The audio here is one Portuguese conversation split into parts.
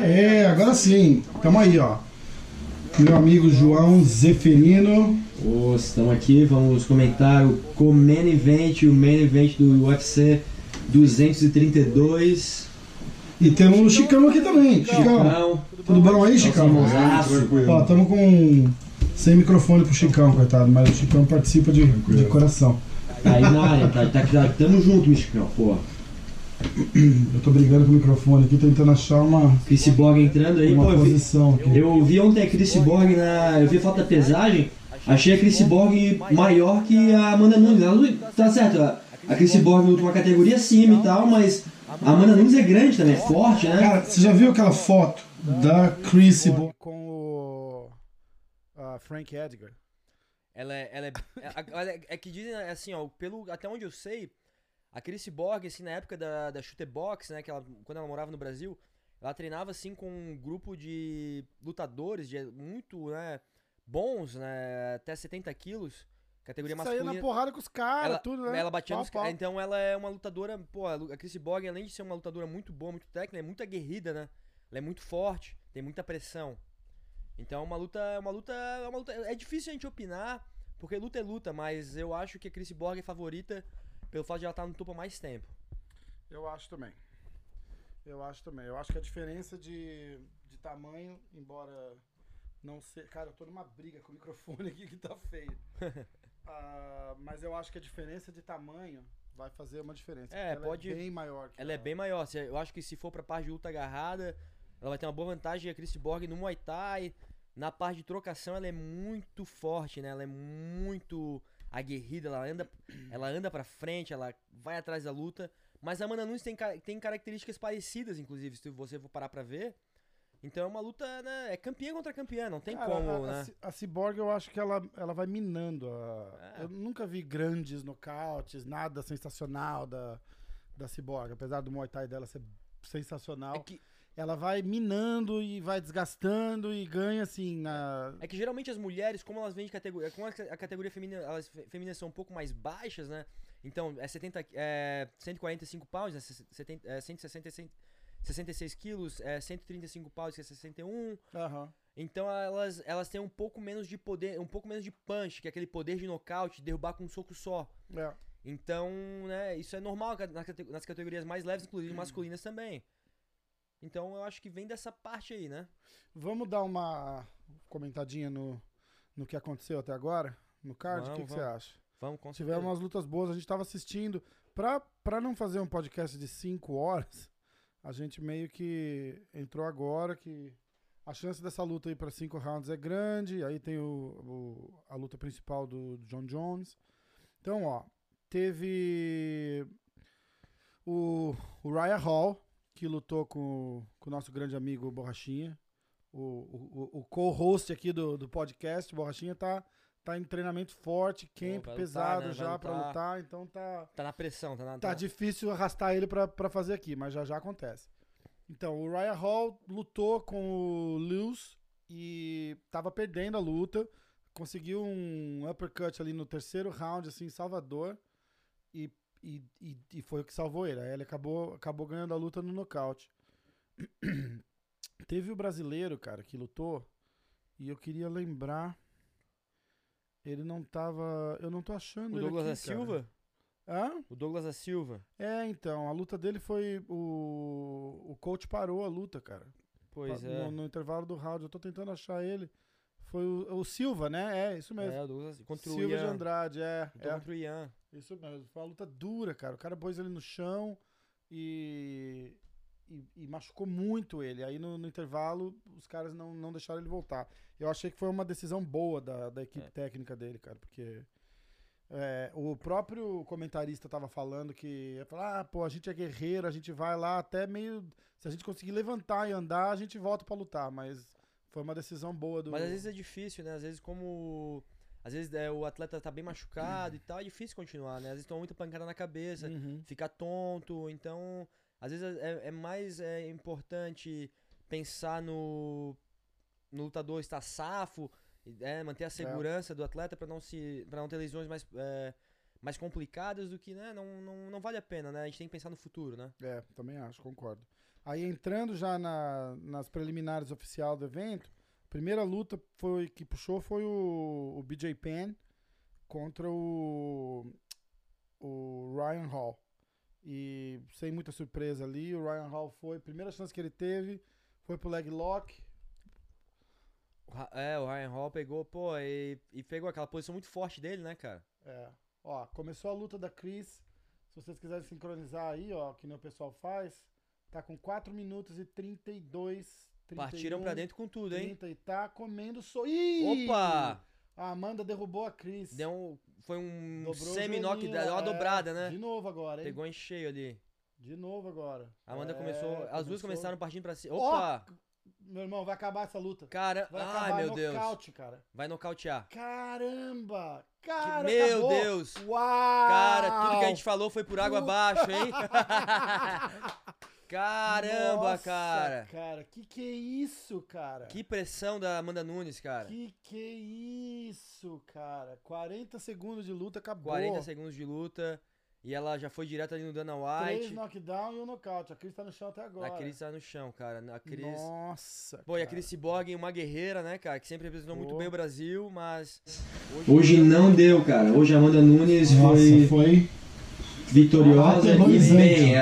Aê, agora sim. Tamo aí, ó. Meu amigo João Zeferino. Estamos aqui, vamos comentar o Co-Main Event, o Main Event do UFC 232. E temos o Chicão aqui também. Chicão, tudo bom aí, Chicão? Ó, tamo com... sem microfone pro Chicão, coitado, mas o Chicão participa de coração. Tá aí na área, tamo junto, Chicão, pô. Eu tô brigando com o microfone aqui, tentando achar uma... Chris Borg entrando aí, uma pô, posição aqui. Eu vi ontem a Chris Borg eu vi a foto da pesagem, achei a Chris Borg maior que a Amanda Nunes. Ela, tá certo, a Chris Borg luta uma categoria acima e tal, mas a Amanda Nunes é grande também, é forte, né? Cara, você já viu aquela foto da Chris Borg com o Frank Edgar? É que dizem assim, ó, até onde eu sei, a Chris Borg, assim, na época da Shooter Box, né, quando ela morava no Brasil, ela treinava, assim, com um grupo de lutadores muito, né, bons, né, até 70 quilos, categoria masculina. Saía na porrada com os caras, tudo, né? Ela batia nos caras, então ela é uma lutadora, pô, a Chris Borg, além de ser uma lutadora muito boa, muito técnica, é muito aguerrida, né, ela é muito forte, tem muita pressão. Então é uma luta, é difícil a gente opinar, porque luta é luta, mas eu acho que a Chris Borg é favorita pelo fato de ela estar no topo há mais tempo. Eu acho também. Eu acho que a diferença de tamanho, embora não ser... Cara, eu tô numa briga com o microfone aqui que tá feio. Mas eu acho que a diferença de tamanho vai fazer uma diferença. Ela é bem maior. Ela é bem maior. Eu acho que se for pra parte de luta agarrada, ela vai ter uma boa vantagem. A Chris Borg no Muay Thai, na parte de trocação, ela é muito forte, né? Ela é muito... aguerrida, ela anda pra frente, ela vai atrás da luta, mas a Amanda Nunes tem características parecidas, inclusive, se você for parar pra ver. Então é uma luta, né, é campeã contra campeã, não tem como, né? A Cyborg, eu acho que ela vai minando. Eu nunca vi grandes nocautes, nada sensacional da Cyborg, apesar do Muay Thai dela ser sensacional. Ela vai minando e vai desgastando e ganha, assim, É que geralmente as mulheres, como elas vêm de categoria... Como a categoria feminina, elas femininas são um pouco mais baixas, né? Então, 145 pounds, 166 quilos, 135 pounds, que é 61. Uhum. Então, elas têm um pouco menos de poder, um pouco menos de punch, que é aquele poder de nocaute, de derrubar com um soco só. É. Então, né, isso é normal nas categorias mais leves, inclusive masculinas também. Então eu acho que vem dessa parte aí, né? Vamos dar uma comentadinha no que aconteceu até agora? No card? O que você acha? Vamos, com certeza. Tiveram umas lutas boas, a gente tava assistindo. Pra não fazer um podcast de 5 horas, a gente meio que entrou agora, que a chance dessa luta aí pra 5 rounds é grande. Aí tem a luta principal do John Jones. Então, ó, teve o Uriah Hall, que lutou com o nosso grande amigo Borrachinha, o co-host aqui do podcast. Borrachinha tá em treinamento forte, camp pesado, né? Já pra lutar, então tá na pressão. Tá difícil arrastar ele pra fazer aqui, mas já acontece. Então, o Uriah Hall lutou com o Lewis e tava perdendo a luta, conseguiu um uppercut ali no terceiro round, assim, salvador, e foi o que salvou ele. Aí ele acabou ganhando a luta no nocaute. Teve o brasileiro, cara, que lutou, e eu queria lembrar. Ele não tava... Eu não tô achando ele. O Douglas da Silva? Hã? O Douglas da Silva. Então, a luta dele foi... O coach parou a luta, cara. Pois é. No intervalo do round. Eu tô tentando achar ele. Foi o Silva, né? É, isso mesmo. O Douglas contra o Silva Ian. de Andrade, Contra o Ian. Isso mesmo. Foi uma luta dura, cara. O cara pôs ele no chão e machucou muito ele. Aí no intervalo, os caras não deixaram ele voltar. Eu achei que foi uma decisão boa da equipe técnica dele, cara, porque o próprio comentarista tava falando que ia falar, pô, a gente é guerreiro, a gente vai lá até meio... Se a gente conseguir levantar e andar, a gente volta pra lutar, mas foi uma decisão boa do... Mas às vezes é difícil, né? Às vezes o atleta tá bem machucado e tal, é difícil continuar, né? Às vezes toma muita pancada na cabeça, fica tonto, então... Às vezes é mais importante pensar no lutador estar safo, manter a segurança do atleta para não ter lesões mais complicadas do que, né? Não vale a pena, né? A gente tem que pensar no futuro, né? Também acho, concordo. Aí entrando já nas preliminares oficial do evento, a primeira luta que puxou foi o BJ Penn contra o Ryan Hall. E sem muita surpresa ali, o Ryan Hall foi, a primeira chance que ele teve foi pro leg lock. O Ryan Hall pegou, pô, e pegou aquela posição muito forte dele, né, cara? Ó, começou a luta da Cris. Se vocês quiserem sincronizar aí, ó, que nem o pessoal faz, tá com 4 minutos e 32, 31, partiram pra dentro com tudo, hein? 30 e tá comendo Opa! A Amanda derrubou a Cris. Foi um Dobrou o semi-knock, joelhinho, deu uma dobrada, né? De novo agora, hein? Pegou em cheio ali. De novo agora. A Amanda começou, as duas começaram partindo pra cima. Opa! Meu irmão, vai acabar essa luta. Cara, ai meu Deus. Nocaute, cara. Vai nocautear. Caramba! Cara, meu acabou. Deus! Uau! Cara, tudo que a gente falou foi por água abaixo, hein? Caramba, Nossa, cara, que é isso, cara? Que pressão da Amanda Nunes, cara. Que é isso, cara? 40 segundos de luta, acabou. 40 segundos de luta. E ela já foi direto ali no Dana White. 3 knockdown e um nocaute. A Cris tá no chão até agora. A Cris tá no chão, cara. A Cris... Nossa, Pô, e a Cris Cyborg, uma guerreira, né, cara? Que sempre representou muito bem o Brasil, mas... Hoje não deu, cara. Hoje a Amanda Nunes foi vitoriosa e bem.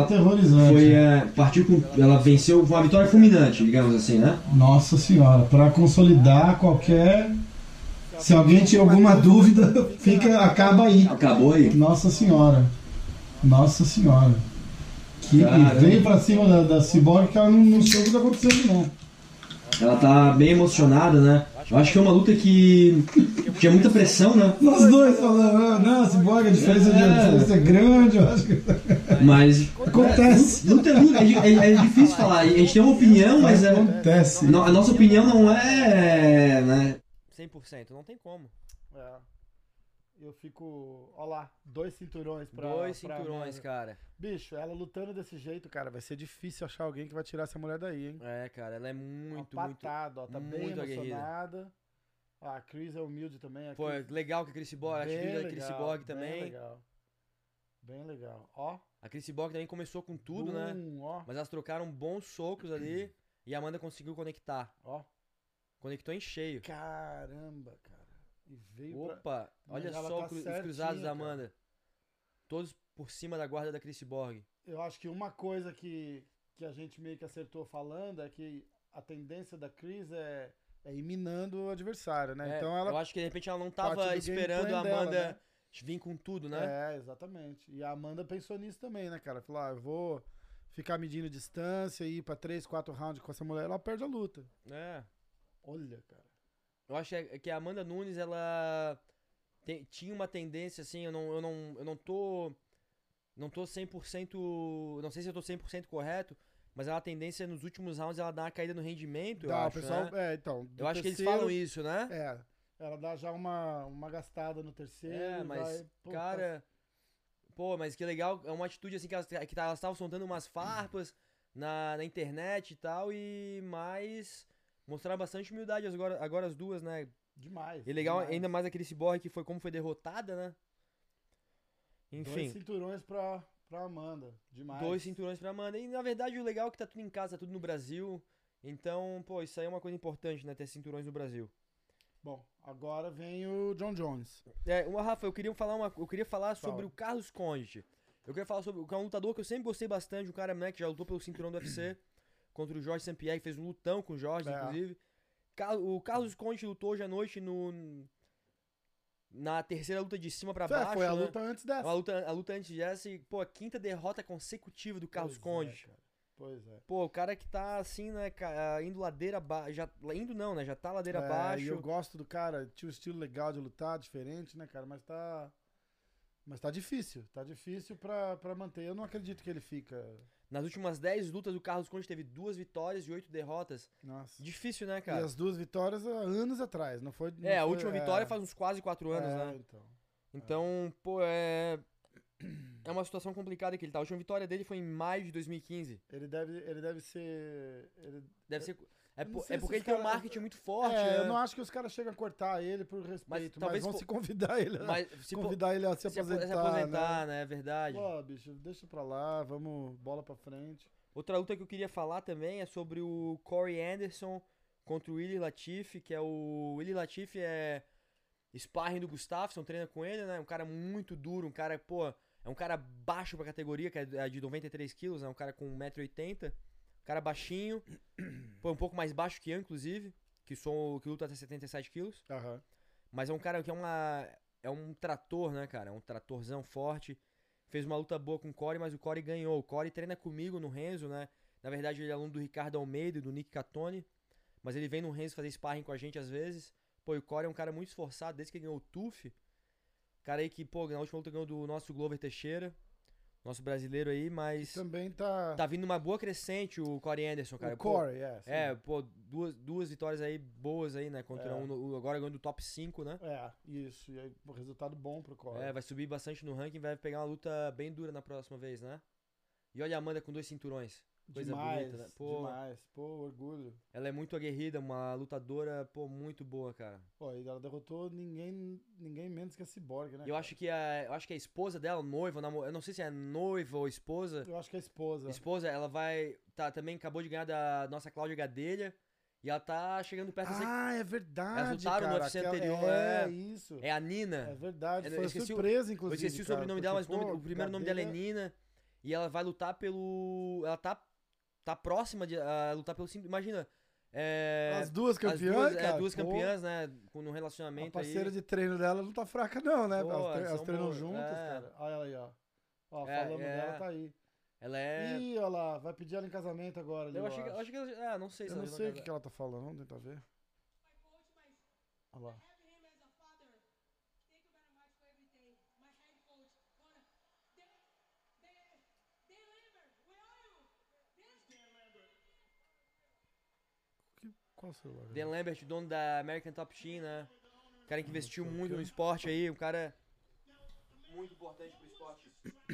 Ela partiu com... Ela venceu com uma vitória fulminante, digamos assim, né? Nossa senhora, pra consolidar qualquer... Se alguém tinha alguma dúvida, acaba aí. Acabou aí. Nossa senhora. Nossa senhora. E veio pra cima da Cyborg que ela não soube o que tá acontecendo, não. Ela tá bem emocionada, né? Eu acho que é uma luta que tinha muita pressão, né? Nós dois falando, não, Cyborg, a diferença é grande, eu acho que... Mas... Acontece. Luta é difícil falar. A gente tem uma opinião, mas... Acontece. A nossa opinião não é... né? 100%, não tem como. Eu fico, ó lá, 2 cinturões pra... 2 cinturões, cara. Bicho, ela lutando desse jeito, cara, vai ser difícil achar alguém que vai tirar essa mulher daí, hein? Cara, ela é muito, patada, ó, tá bem emocionada. aguerrida. A Cris é humilde também. Pô, legal que a Cris Cyborg, a filha da Cris Cyborg também. Bem legal, ó. A Cris Cyborg também começou com tudo, né? Ó. Mas elas trocaram bons socos ali e a Amanda conseguiu conectar. Ó. Conectou em cheio. Caramba, cara. E veio Opa, olha só os cruzados da Amanda. Cara. Todos por cima da guarda da Cris Cyborg. Eu acho que uma coisa que a gente meio que acertou falando é que a tendência da Cris é ir minando o adversário, né? Então ela, eu acho que de repente ela não tava esperando a Amanda dela, né? Vir com tudo, né? Exatamente. E a Amanda pensou nisso também, né, cara? Falou, eu vou ficar medindo distância e ir pra 3, 4 rounds com essa mulher, ela perde a luta. Olha, cara. Eu acho que a Amanda Nunes, ela tinha uma tendência, assim, eu não tô 100%, não sei se eu tô 100% correto, mas ela, a tendência nos últimos rounds, ela dá uma caída no rendimento, eu acho, pessoal, né? Então, eu acho que eles falam isso, né? Ela dá já uma gastada no terceiro, mas, cara... Pô, mas que legal, é uma atitude, assim, que elas estavam soltando umas farpas na internet e tal, mas... Mostraram bastante humildade agora as duas, né? Demais. E legal, demais. ainda mais aquele Cyborg que como foi derrotada, né? Enfim. 2 cinturões pra Amanda. Demais. 2 cinturões pra Amanda. E na verdade o legal é que tá tudo em casa, tá tudo no Brasil. Então, pô, isso aí é uma coisa importante, né? Ter cinturões no Brasil. Bom, agora vem o John Jones. Rafa, eu queria falar sobre o Carlos Condit. Eu queria falar sobre um lutador que eu sempre gostei bastante, um cara, né, que já lutou pelo cinturão do UFC. Contra o Jorge St. Pierre, que fez um lutão com o Jorge, inclusive. O Carlos Condit lutou hoje à noite na terceira luta de cima pra baixo. Foi a luta antes dessa. A luta antes dessa e, pô, a 5ª derrota consecutiva do Carlos Condit. Pois é. Pô, o cara que tá assim, né, indo ladeira abaixo. Indo não, né? Já tá ladeira abaixo. E eu gosto do cara, tinha um estilo legal de lutar, diferente, né, cara? Mas tá difícil. Tá difícil pra manter. Eu não acredito que ele fica... Nas últimas 10 lutas, o Carlos Condit teve 2 vitórias e 8 derrotas. Nossa. Difícil, né, cara? E as 2 vitórias há anos atrás, não foi... a última vitória faz uns quase 4 anos, né? Então, pô, é uma situação complicada que ele tá. A última vitória dele foi em maio de 2015. Ele deve ser... Deve ser... É porque ele tem um marketing muito forte, né? Eu não acho que os caras chegam a cortar ele por respeito, mas vão se convidar ele ele a se aposentar, né? É verdade. Pô, bicho, deixa pra lá, vamos bola pra frente. Outra luta que eu queria falar também é sobre o Corey Anderson contra o Willie Latifi, que é o Willie Latifi é sparring do Gustafsson, treina com ele, né? Um cara muito duro, um cara, pô, é um cara baixo pra categoria, que é de 93 quilos, né? Um cara com 1,80 m, um cara baixinho, pô, um pouco mais baixo que eu, inclusive, que luta até 77 quilos. Aham. Mas é um cara que é um trator, né, cara? É um tratorzão forte. Fez uma luta boa com o Corey, mas o Corey ganhou. O Corey treina comigo no Renzo, né? Na verdade, ele é aluno do Ricardo Almeida e do Nick Catone. Mas ele vem no Renzo fazer sparring com a gente às vezes. Pô, e o Corey é um cara muito esforçado, desde que ele ganhou o TUF. Cara aí que, pô, na última luta ganhou do nosso Glover Teixeira. Nosso brasileiro aí, mas... Também tá... Tá vindo uma boa crescente o Corey Anderson, cara. O Corey, sim. Pô, duas vitórias aí boas aí, né? Contra agora ganhando do top 5, né? Isso. E aí, resultado bom pro Corey. Vai subir bastante no ranking, vai pegar uma luta bem dura na próxima vez, né? E olha a Amanda com 2 cinturões. Coisa demais, bonita, né? Pô, demais. Pô, orgulho. Ela é muito aguerrida, uma lutadora, pô, muito boa, cara. Pô, e ela derrotou ninguém menos que a Cyborg, né? Eu acho que a esposa dela, noiva, eu não sei se é noiva ou esposa. Eu acho que é a esposa. Esposa, ela também acabou de ganhar da nossa Cláudia Gadelha. E ela tá chegando perto é verdade, elas lutaram no UFC anterior. Isso. É a Nina. É verdade, foi surpresa, inclusive. Eu esqueci o sobrenome dela, mas o primeiro nome dela é Nina. E ela vai lutar pelo... Ela tá próxima de lutar pelo... Imagina... As duas campeãs, cara. Duas campeãs, né? No relacionamento. A parceira de treino dela não tá fraca, não, né? Elas treinam boas, juntas, cara. Olha ela aí, ó. Falamos dela, tá aí. Ela é... Ih, olha lá, vai pedir ela em casamento agora ali, eu acho que ela... não sei se eu ela... não sei o que ela tá falando, vamos tentar ver. Olha lá. Qual celular? Dan Lambert, dono da American Top Team, né? O cara que investiu muito no esporte aí, um cara muito importante pro esporte.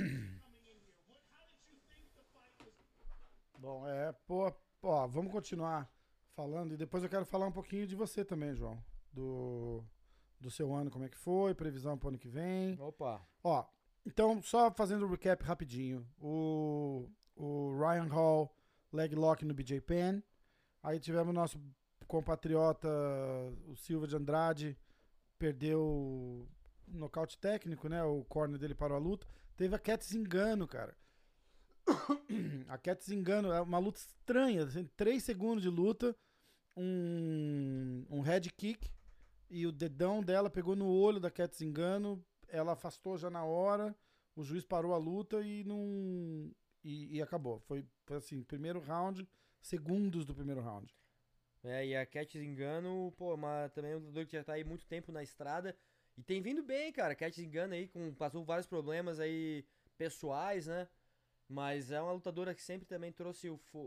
Bom, vamos continuar falando e depois eu quero falar um pouquinho de você também, João. Do seu ano, como é que foi, previsão pro ano que vem. Opa! Então, só fazendo o recap rapidinho. O Ryan Hall, leg lock no BJ Penn. Aí tivemos nosso compatriota, o Silva de Andrade, perdeu nocaute técnico, né? O corner dele parou a luta. Teve a Cat Zingano, cara. A Cat Zingano é uma luta estranha, assim, 3 segundos de luta, um head kick e o dedão dela pegou no olho da Cat Zingano, ela afastou já na hora, o juiz parou a luta e acabou. Foi assim, primeiro round, segundos do primeiro round. E a Cat Zingano, pô, também é um lutador que já tá aí muito tempo na estrada e tem vindo bem, cara. A Cat Zingano aí passou vários problemas aí pessoais, né? Mas é uma lutadora que sempre também trouxe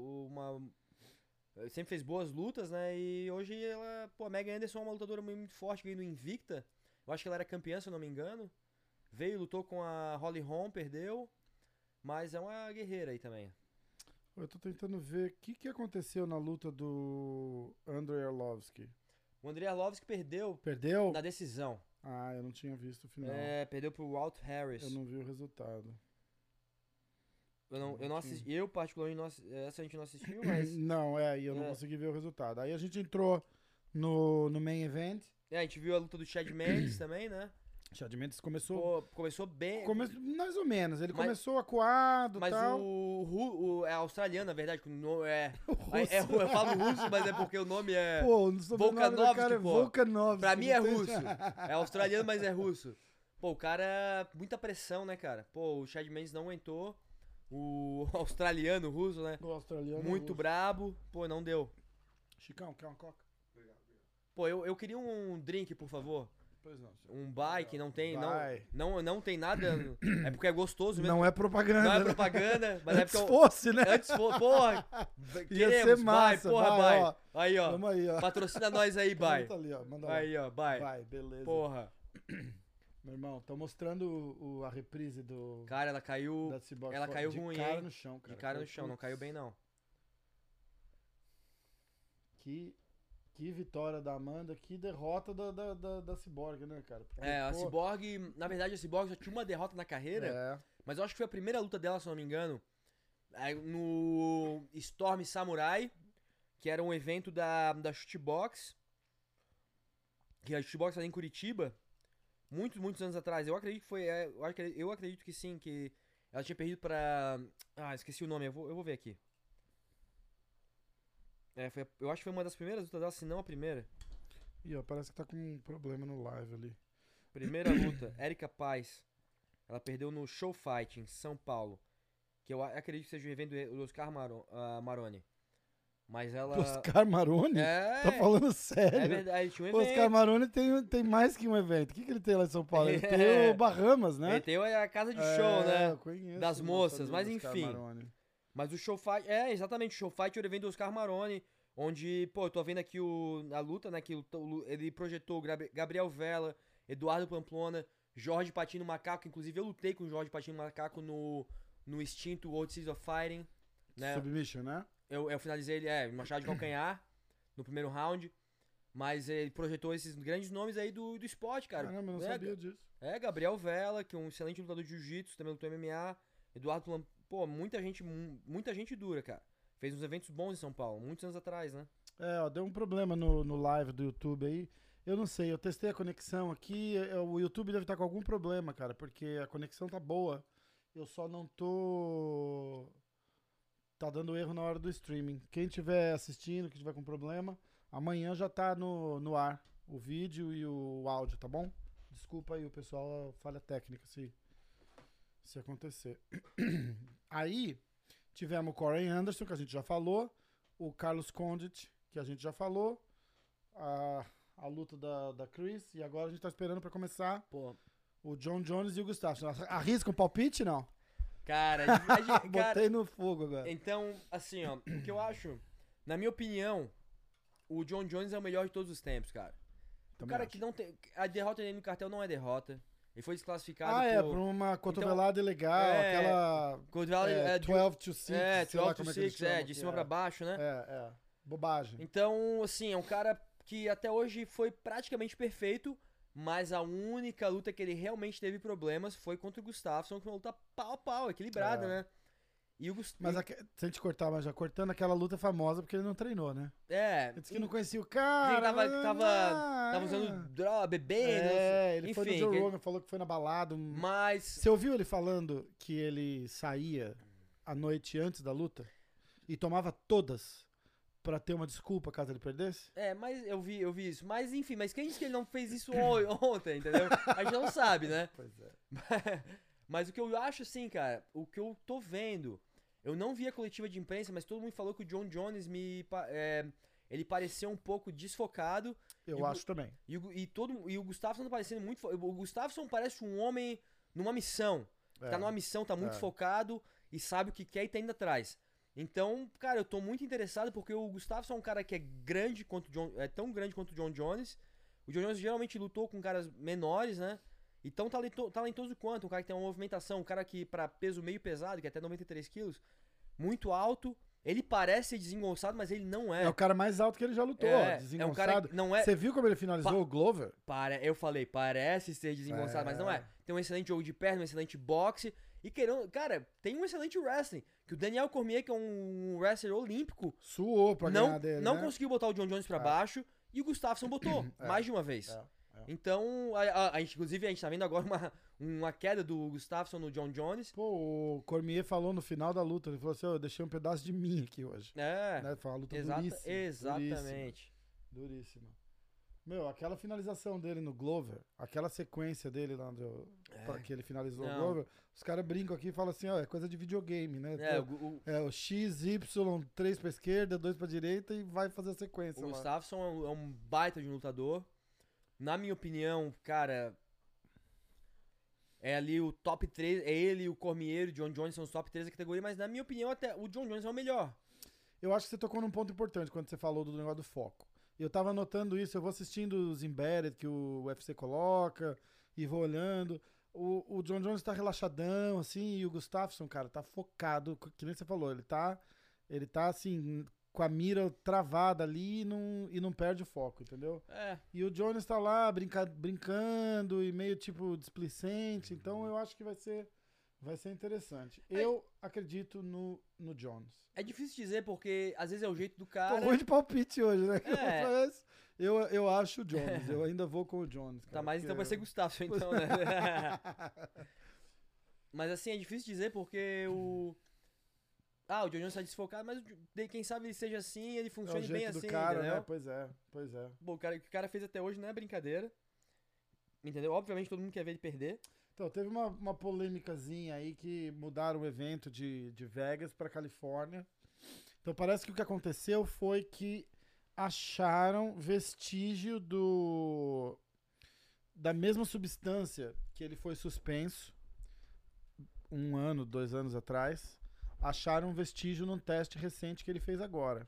sempre fez boas lutas, né? E hoje ela... Pô, a Megan Anderson é uma lutadora muito forte, ganhando invicta. Eu acho que ela era campeã, se eu não me engano. Veio, lutou com a Holly Holm, perdeu. Mas é uma guerreira aí também. Eu tô tentando ver o que aconteceu na luta do Andrei Arlovski. O Andrei Arlovski perdeu. Perdeu? Na decisão. Eu não tinha visto o final. Perdeu pro Walt Harris. Eu não vi o resultado. Eu não assisti. Eu, particularmente, essa a gente não assistiu, mas... Não, eu não consegui ver o resultado. Aí a gente entrou no main event. A gente viu a luta do Chad Mendes também, né? Chad Mendes começou... Começou bem... mais ou menos. Ele começou acuado e tal. Mas é australiano, na verdade. Eu falo russo, mas é porque o nome é... Pô, o sobrenome é Volkanovski. Pra mim é russo. É australiano, mas é russo. Pô, o cara... Muita pressão, né, cara? Pô, o Chad Mendes não aguentou. O australiano, russo, né? O australiano muito russo. Brabo. Pô, não deu. Chicão, quer uma coca? Obrigado. Pô, eu queria um drink, por favor. Pois não. Um bai que não tem, não tem nada. É porque é gostoso mesmo. Não é propaganda. Não é propaganda, mas antes é porque fosse, né? Antes fosse, porra. Ia ser massa, bai. Ó. Aí, ó. Vamos aí, ó. Patrocina nós aí, bai. Tá ali, ó. Manda aí, lá. ó, bai. Vai, beleza. Porra. Meu irmão, tô mostrando a reprise do... Cara, ela caiu... Ela caiu ruim, hein? De cara hein? no chão, cara. De cara no chão, não caiu bem, não. Que vitória da Amanda, que derrota da Cyborg, né, cara? Porque, a Cyborg... Na verdade, a Cyborg já tinha uma derrota na carreira. Mas eu acho que foi a primeira luta dela, se não me engano. no Storm Samurai, que era um evento da Shootbox, que a Shootbox fazia em Curitiba, muitos anos atrás. Eu acredito que foi, eu acredito que sim, que ela tinha perdido pra... esqueci o nome, eu vou ver aqui. Eu acho que foi uma das primeiras lutas dela, se não a primeira. Ih, ó, parece que tá com um problema no live ali. Primeira luta, Erika Paz. Ela perdeu no Show Fight, em São Paulo. Que eu acredito que seja um evento do Oscar Maroni. Mas ela... Oscar Maroni? Tá falando sério? É verdade, tinha um O evento. Oscar Maroni tem mais que um evento. O que ele tem lá em São Paulo? Ele tem o Bahamas, né? Ele tem a casa de show, né? Eu conheço, das moças, mas Oscar enfim. Maroni. Mas o Show Fight... exatamente, o Show Fight era o evento do Oscar Maroni, onde, eu tô vendo aqui a luta, né? Que ele projetou Gabriel Vela, Eduardo Pamplona, Jorge Patino Macaco. Inclusive, eu lutei com o Jorge Patino Macaco no extinto World Series of Fighting. Né? Submission, né? Eu finalizei ele, machado de calcanhar, no primeiro round. Mas ele projetou esses grandes nomes aí do esporte, cara. Caramba, eu não sabia disso. Gabriel Vela, que é um excelente lutador de jiu-jitsu, também lutou MMA. Eduardo Pamplona, muita gente dura, cara. Fez uns eventos bons em São Paulo, muitos anos atrás, né? Deu um problema no live do YouTube aí. Eu não sei, eu testei a conexão aqui, o YouTube deve estar com algum problema, cara, porque a conexão tá boa. Eu só não tô... Tá dando erro na hora do streaming. Quem estiver assistindo, que tiver com problema, amanhã já tá no ar o vídeo e o áudio, tá bom? Desculpa aí o pessoal, a falha técnica se acontecer. Aí, tivemos o Corey Anderson, que a gente já falou, o Carlos Condit, que a gente já falou, a luta da Chris, e agora a gente tá esperando pra começar o John Jones e o Gustavo. Arrisca um palpite, não? Cara, botei no fogo agora. Então, assim, ó, o que eu acho, na minha opinião, o John Jones é o melhor de todos os tempos, cara. Também o cara acho. que não tem... A derrota dele no cartel não é derrota. Ele foi desclassificado por uma cotovelada ilegal, aquela... Cotovelada... 12-6. 12-6, de cima pra baixo, né? Bobagem. Então, assim, é um cara que até hoje foi praticamente perfeito, mas a única luta que ele realmente teve problemas foi contra o Gustafsson, que foi uma luta pau a pau, equilibrada, né? E o Mas se a gente cortar, mas já cortando aquela luta famosa porque ele não treinou, né? Ele disse que não conhecia o cara. Ele tava usando droga, bebendo. Ele enfim, foi no Joe Rogan, falou que foi na balada. Mas... Você ouviu ele falando que ele saía a noite antes da luta e tomava todas pra ter uma desculpa caso ele perdesse? Mas eu vi isso. Mas enfim, mas quem disse que ele não fez isso ontem, entendeu? A gente não sabe, né? Pois é. Mas o que eu acho assim, cara, o que eu tô vendo, eu não vi a coletiva de imprensa, mas todo mundo falou que o John Jones ele pareceu um pouco desfocado. Eu acho também. E o Gustafsson tá parecendo muito... O Gustafsson parece um homem numa missão. Tá numa missão, tá muito focado e sabe o que quer e tá indo atrás. Então, cara, eu tô muito interessado porque o Gustafsson é um cara que é grande quanto tão grande quanto o John Jones. O John Jones geralmente lutou com caras menores, né? E tão talentoso quanto, um cara que tem uma movimentação, um cara que pra peso meio pesado, que é até 93 quilos, muito alto. Ele parece ser desengonçado, mas ele não é. É o cara mais alto que ele já lutou, desengonçado. É um cara que não é... Você viu como ele finalizou o Glover? Eu falei, parece ser desengonçado, mas não é. Tem um excelente jogo de perna, um excelente boxe. E cara, tem um excelente wrestling. Que o Daniel Cormier, que é um wrestler olímpico, suou pra ganhar dele, não conseguiu botar o John Jones pra baixo. E o Gustafsson botou, mais de uma vez. Então, inclusive, a gente tá vendo agora uma queda do Gustafsson no John Jones. Pô, o Cormier falou no final da luta, ele falou assim, eu deixei um pedaço de mim aqui hoje. Né? Foi uma luta duríssima. Exatamente. Duríssima. Meu, aquela finalização dele no Glover, aquela sequência dele lá que ele finalizou o Glover, os caras brincam aqui e falam assim, é coisa de videogame, né? O X, Y, 3 pra esquerda, 2 pra direita e vai fazer a sequência. O Gustafsson é um baita de um lutador. Na minha opinião, cara, é ali o top 3, é ele, o Cormier e o John Jones são os top 3 da categoria, mas na minha opinião até o John Jones é o melhor. Eu acho que você tocou num ponto importante quando você falou do negócio do foco. Eu tava notando isso, eu vou assistindo os embedded que o UFC coloca e vou olhando. O John Jones tá relaxadão, assim, e o Gustafsson, cara, tá focado, que nem você falou, ele tá assim, com a mira travada ali e não perde o foco, entendeu? E o Jones tá lá brincando e meio tipo displicente, então eu acho que vai Vai ser interessante. Eu acredito no Jones. É difícil dizer porque às vezes é o jeito do cara. Tô ruim de palpite hoje, né? É. Mas eu acho o Jones. Eu ainda vou com o Jones. Cara, Tá mais então vai ser Gustavo, então, né? Mas assim, é difícil dizer porque o John Jones tá desfocado, mas quem sabe ele seja assim, ele É o funcione jeito bem do assim, cara, entendeu? né? Pois é. Bom, o que o cara fez até hoje não é brincadeira. Entendeu? Obviamente todo mundo quer ver ele perder. Então, teve uma polêmicazinha aí que mudaram o evento de Vegas pra Califórnia. Então, parece que o que aconteceu foi que acharam vestígio da mesma substância que ele foi suspenso 1 ano, 2 anos atrás. Acharam um vestígio num teste recente que ele fez agora.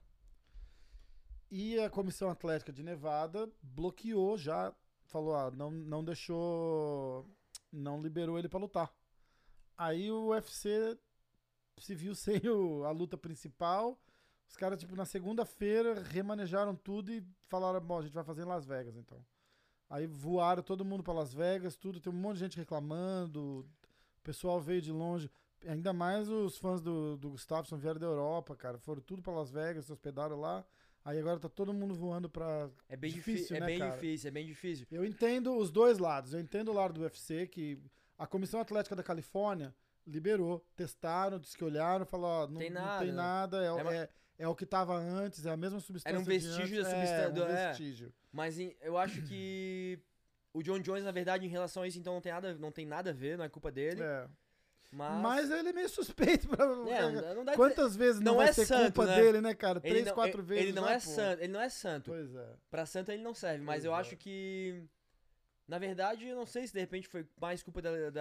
E a Comissão Atlética de Nevada bloqueou já, falou, não deixou, não liberou ele pra lutar. Aí o UFC se viu sem a luta principal. Os caras, tipo, na segunda-feira remanejaram tudo e falaram, bom, a gente vai fazer em Las Vegas, então. Aí voaram todo mundo pra Las Vegas, tudo, tem um monte de gente reclamando, o pessoal veio de longe. Ainda mais os fãs do Gustafsson vieram da Europa, cara. Foram tudo pra Las Vegas, se hospedaram lá. Aí agora tá todo mundo voando pra... É bem difícil, é né, bem cara? difícil, é bem difícil. Eu entendo os dois lados. Eu entendo o lado do UFC, que a Comissão Atlética da Califórnia liberou, testaram, disse que olharam, falaram, ó, não Tem não nada, tem né? nada, É é o que tava antes, é a mesma substância. Era um vestígio da substância. Um vestígio. Mas eu acho que o John Jones, na verdade, em relação a isso, então não tem nada a ver, não é culpa dele. É. Mas Mas ele é meio suspeito pra... não dá Quantas vezes não vai é ser santo, culpa né? dele, né, cara? Ele 3, 4 vezes. Ele não já, é pô. santo, ele não é santo. Pois é. Pra santo ele não serve, mas Pois eu é. acho que na verdade, eu não sei se de repente foi mais culpa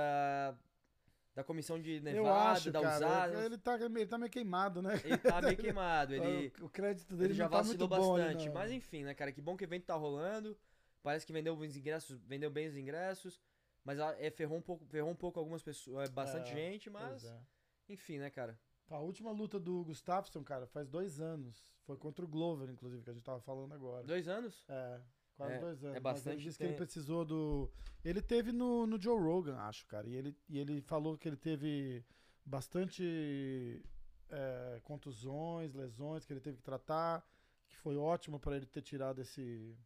da comissão de Nevada, Eu acho, da cara. USADA. Ele tá meio queimado, né? Ele tá meio queimado, O crédito dele ele já não tá muito vacilou bom ali, bastante. não. Mas enfim, né, cara? Que bom que o evento tá rolando. Parece que vendeu bem os ingressos. Mas ferrou um pouco algumas pessoas, bastante gente, mas. Pois é. Enfim, né, cara? A última luta do Gustafsson, cara, faz 2 anos. Foi contra o Glover, inclusive, que a gente tava falando agora. 2 anos? Quase 2 anos. É bastante. Mas ele disse que ele precisou do... Ele teve no Joe Rogan, acho, cara. E ele falou que ele teve bastante contusões, lesões que ele teve que tratar. Que foi ótimo pra ele ter tirado esse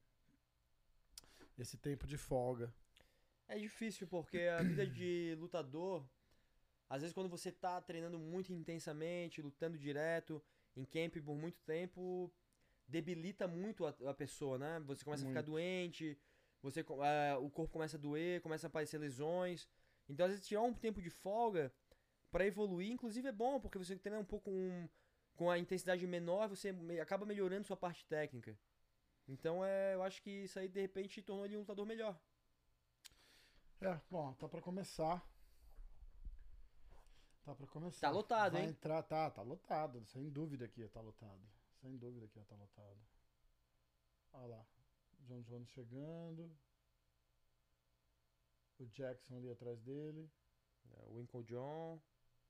tempo de folga. É difícil, porque a vida de lutador, às vezes quando você tá treinando muito intensamente, lutando direto, em camp por muito tempo, debilita muito a pessoa, né? Você começa a ficar doente, o corpo começa a doer, começa a aparecer lesões. Então, às vezes, tirar um tempo de folga pra evoluir, inclusive é bom, porque você treina um pouco com a intensidade menor, você acaba melhorando sua parte técnica. Então, eu acho que isso aí, de repente, tornou ele um lutador melhor. Bom, tá pra começar. Tá pra começar. Tá lotado, Vai hein? entrar, tá lotado. Sem dúvida que tá lotado. Sem dúvida que tá lotado. Olha lá. John Jones chegando. O Jackson ali atrás dele. O Winkle John.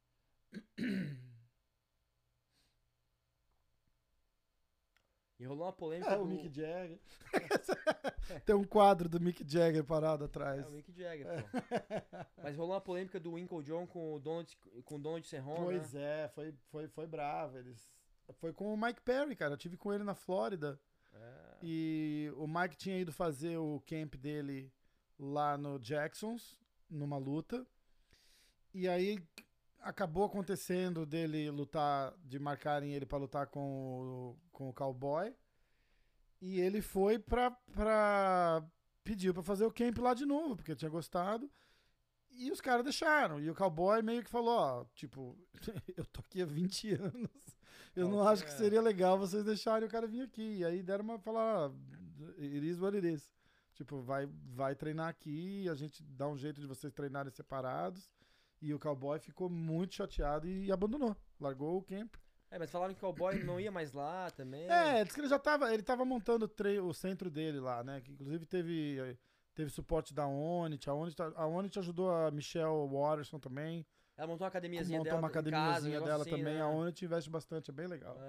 E rolou uma polêmica O Mick Jagger. Tem um quadro do Mick Jagger parado atrás. o Mick Jagger, pô. Mas rolou uma polêmica do Winkle John com o Donald Cerrone, Pois né? foi bravo. Foi com o Mike Perry, cara. Eu tive com ele na Flórida. E o Mike tinha ido fazer o camp dele lá no Jacksons, numa luta. E aí acabou acontecendo dele lutar, de marcarem ele pra lutar com o Cowboy. E ele foi pediu pra fazer o camp lá de novo, porque tinha gostado. E os caras deixaram. E o Cowboy meio que falou, ó, tipo, eu tô aqui há 20 anos. Eu não acho que seria legal vocês deixarem o cara vir aqui. E aí deram uma falar, it is what it is. Tipo, vai treinar aqui, a gente dá um jeito de vocês treinarem separados. E o Cowboy ficou muito chateado e abandonou. Largou o camp. Mas falaram que o Cowboy não ia mais lá também. Disse que ele tava montando o centro dele lá, né? Que inclusive teve suporte da Onit. A Onit ajudou a Michelle Watterson também. Ela montou uma academiazinha montou dela uma academiazinha em casa, dela assim, também. né? A Onit investe bastante, é bem legal.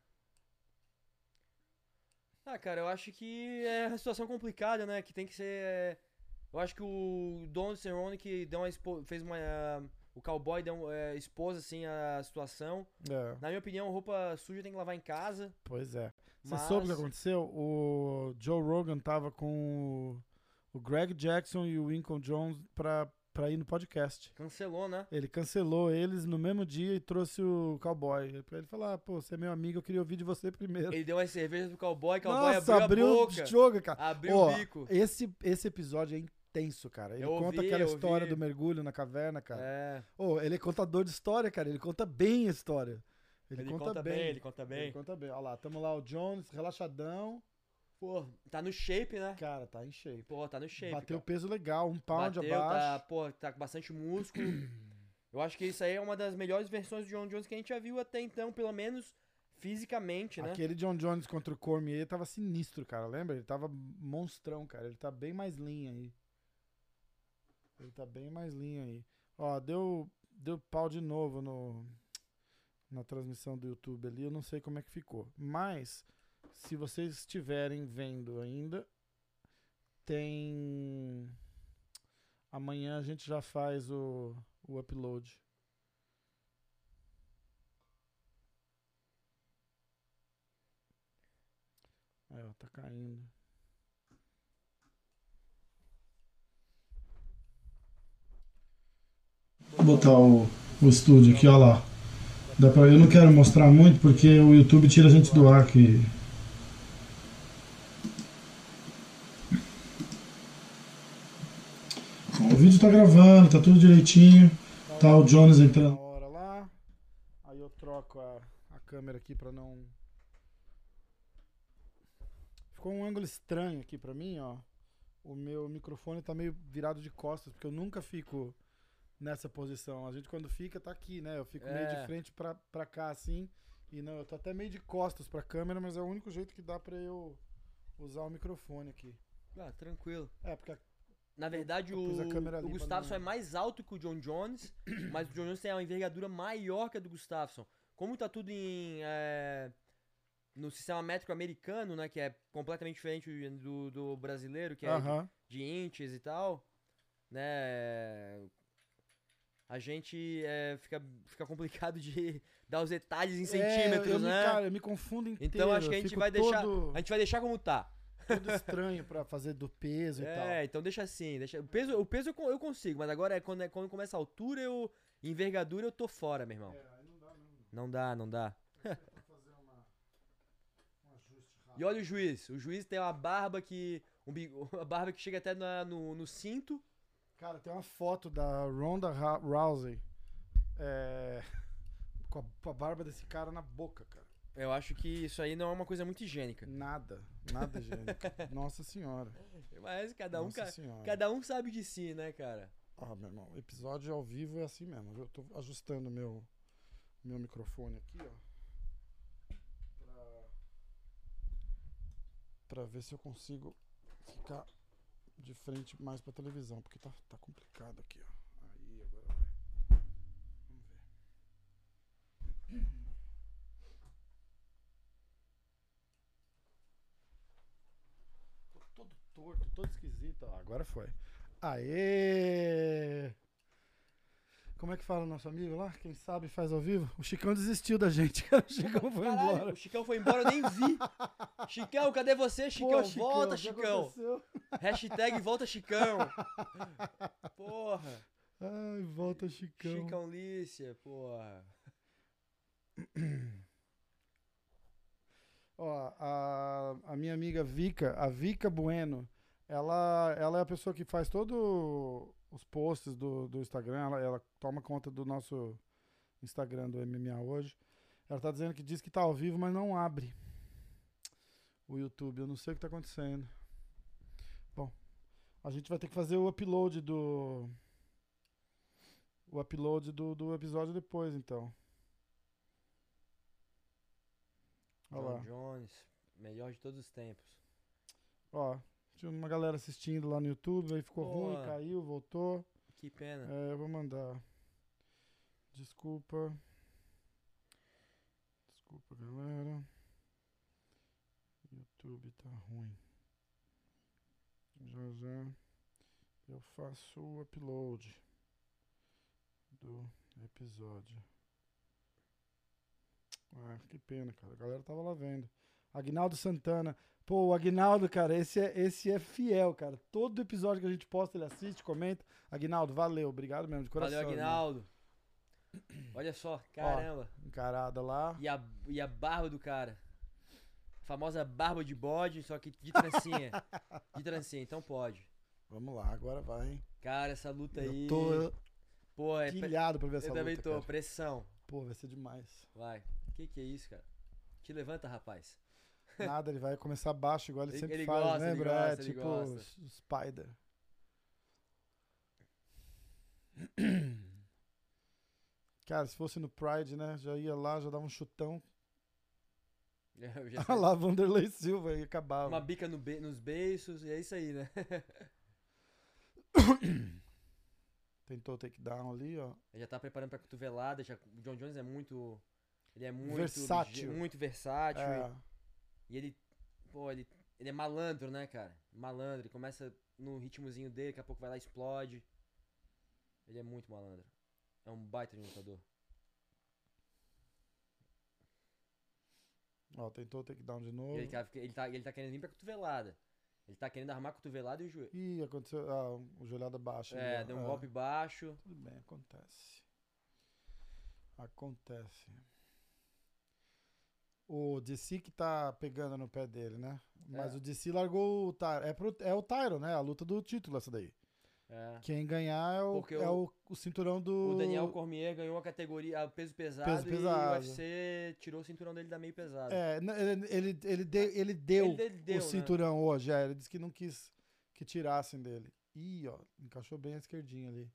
Cara, eu acho que é uma situação complicada, né? Que tem que ser... Eu acho que o Donald Cerrone que fez O cowboy expôs, assim, a situação. Na minha opinião, roupa suja tem que lavar em casa. Pois é. Você Mas... soube o que aconteceu? O Joe Rogan tava com o Greg Jackson e o Lincoln Jones pra ir no podcast. Cancelou, né? Ele cancelou eles no mesmo dia e trouxe o cowboy. Pra ele falar, pô, você é meu amigo, eu queria ouvir de você primeiro. Ele deu as cervejas pro cowboy Nossa, abriu a boca. Jogo, cara. Abriu o bico. Esse episódio é intenso, cara. Ele conta aquela história do mergulho na caverna, cara. Ele é contador de história, cara. Ele conta bem a história. Ele conta bem. Ele conta bem. Olha lá, tamo lá, o Jones, relaxadão. Pô, tá no shape, né? Cara, tá em shape. Pô, tá no shape. Bateu peso legal, 1 pound abaixo. Tá com bastante músculo. Eu acho que isso aí é uma das melhores versões do John Jones que a gente já viu até então, pelo menos fisicamente, né? Aquele John Jones contra o Cormier tava sinistro, cara, lembra? Ele tava monstrão, cara. Ele tá bem mais lean aí. Ó, deu pau de novo na transmissão do YouTube ali. Eu não sei como é que ficou. Mas... se vocês estiverem vendo ainda, tem... amanhã a gente já faz o upload. Ó, tá caindo. Vou botar o estúdio aqui, ó lá. Eu não quero mostrar muito porque o YouTube tira a gente do ar aqui. O vídeo tá gravando, tá tudo direitinho. Tá o Jones entrando na hora lá. Aí eu troco a câmera aqui pra não... Ficou um ângulo estranho aqui pra mim, ó. O meu microfone tá meio virado de costas, porque eu nunca fico nessa posição. A gente quando fica tá aqui, né? Eu fico meio de frente pra cá assim. E não, eu tô até meio de costas pra câmera, mas é o único jeito que dá pra eu usar o microfone aqui. Ah, tranquilo. Porque na verdade, o Gustafsson é mais alto que o John Jones, mas o John Jones tem uma envergadura maior que a do Gustafsson. Como tá tudo no sistema métrico americano, né, que é completamente diferente do brasileiro, que é de inches e tal, né, a gente fica complicado de dar os detalhes em centímetros, né? Cara, eu me confundo inteiro. Então acho que a gente vai deixar como tá. Tudo estranho pra fazer do peso e tal. Então deixa assim. O peso eu consigo, mas agora quando começa a altura, envergadura, eu tô fora, meu irmão. Aí não dá, Não dá. fazer um ajuste rápido. E olha o juiz. O juiz tem uma barba uma barba que chega até no cinto. Cara, tem uma foto da Ronda Rousey com a barba desse cara na boca, cara. Eu acho que isso aí não é uma coisa muito higiênica. Nada higiênico. Nossa senhora. Mas cada um sabe de si, né, cara? Meu irmão, episódio ao vivo é assim mesmo. Eu tô ajustando meu microfone aqui, ó. Pra ver se eu consigo ficar de frente mais pra televisão, porque tá complicado aqui, ó. Aí, agora vai. Vamos ver. Tô todo torto, todo esquisito. Agora foi. Aê! Como é que fala o nosso amigo lá? Quem sabe faz ao vivo? O Chicão desistiu da gente, cara. O Chicão foi embora. O Chicão foi embora, eu nem vi. Chicão, cadê você, Chicão? Pô, Chicão, volta, Chicão. Hashtag volta, Chicão. Porra. Ai, volta, Chicão. Chicão Lícia, porra. Ó, a minha amiga a Vika Bueno, ela é a pessoa que faz todo os posts do Instagram, ela toma conta do nosso Instagram do MMA hoje. Ela tá dizendo que diz que tá ao vivo, mas não abre o YouTube. Eu não sei o que tá acontecendo. Bom, a gente vai ter que fazer o upload do episódio depois, então. John Jones, melhor de todos os tempos. Ó, tinha uma galera assistindo lá no YouTube, aí ficou ruim, caiu, voltou. Que pena. Eu vou mandar. Desculpa, galera. YouTube tá ruim. Já eu faço o upload do episódio. Ah, que pena, cara. A galera tava lá vendo. Aguinaldo Santana. Pô, o Aguinaldo, cara, esse é fiel, cara. Todo episódio que a gente posta, ele assiste, comenta. Aguinaldo, valeu. Obrigado mesmo, de coração. Valeu, Aguinaldo. Olha só, caramba. Ó, encarada lá. E a barba do cara. A famosa barba de bode, só que de trancinha. De trancinha, então pode. Vamos lá, agora vai, hein? Cara, essa luta aí... Eu tô Pô, pilhado pra ver essa luta, eu também tô, cara. pressão. Pô, vai ser demais. Vai. Que é isso, cara? Te levanta, rapaz. Nada, ele vai começar baixo, igual ele sempre Ele faz, gosta, lembra? ele gosta, ele tipo gosta. o Spider. Cara, se fosse no Pride, né? Já ia lá, já dava um chutão. Eu já Ah sei. lá, Vanderlei Silva e acabava. Uma bica nos beiços, e é isso aí, né? Tentou o takedown ali, ó. Ele já tá preparando pra cotovelada. O John Jones é muito... Ele é muito... Versátil. Muito versátil. É. E ele... Pô, ele é malandro, né, cara? Malandro. Ele começa no ritmozinho dele, daqui a pouco vai lá e explode. Ele é muito malandro. É um baita de lutador. Ó, tentou o takedown de novo. Ele tá querendo vir pra cotovelada. Ele tá querendo armar a cotovelada e o joelho. Ih, aconteceu. Ah, o joelhada baixa. É, ali, ó. deu um golpe baixo. Tudo bem, acontece. Acontece. O DC que tá pegando no pé dele, né? Mas É. o DC largou o Tyron. É o Tyron, né? A luta do título essa daí. É. Quem ganhar Porque é o cinturão do... O Daniel Cormier ganhou a categoria a peso pesado, Peso e pesado. o UFC tirou o cinturão dele da meio pesado. É, ele deu deu, o cinturão hoje. É, ele disse que não quis que tirassem dele. Ih, ó, encaixou bem a esquerdinha ali.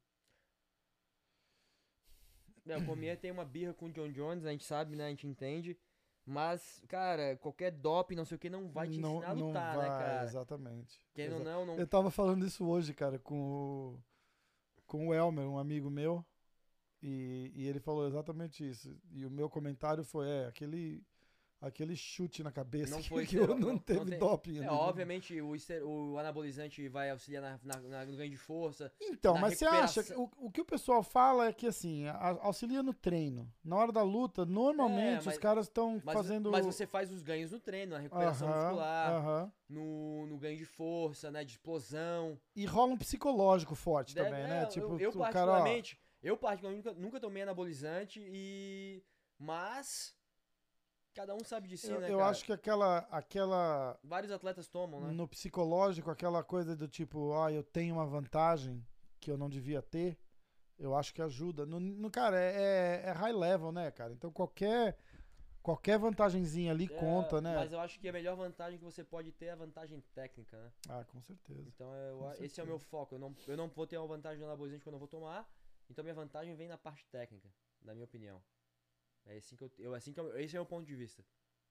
O Cormier tem uma birra com o John Jones, a gente sabe, né? A gente entende. Mas, cara, qualquer doping, não sei o que, não vai te ensinar a lutar, não vai, né, cara? Exatamente. Querendo ou não... Eu tava falando isso hoje, cara, com o Elmer, um amigo meu, e ele falou exatamente isso. E o meu comentário foi, aquele chute na cabeça Não foi que não teve doping. ali, né? Obviamente, o anabolizante vai auxiliar no ganho de força. Então, na mas você acha, recuperação. o que o pessoal fala é que, assim, auxilia no treino. Na hora da luta, normalmente mas- os caras estão fazendo... Mas você faz os ganhos no treino, na recuperação Aham, muscular, aham. no ganho de força, né? De explosão. E rola um psicológico forte também, né? Tipo, eu o cara, ó, particularmente nunca tomei anabolizante mas cada um sabe de si, né, eu cara? acho que aquela Vários atletas tomam, né? no psicológico, aquela coisa do tipo, eu tenho uma vantagem que eu não devia ter, eu acho que ajuda. Cara, é high level, né, cara? Então qualquer vantagenzinha ali conta, né? Mas eu acho que a melhor vantagem que você pode ter é a vantagem técnica, né? Ah, com certeza. Então Com esse certeza. é o meu foco. Eu não vou ter uma vantagem no anabolizante quando eu vou tomar, então minha vantagem vem na parte técnica, na minha opinião. Esse é o ponto de vista.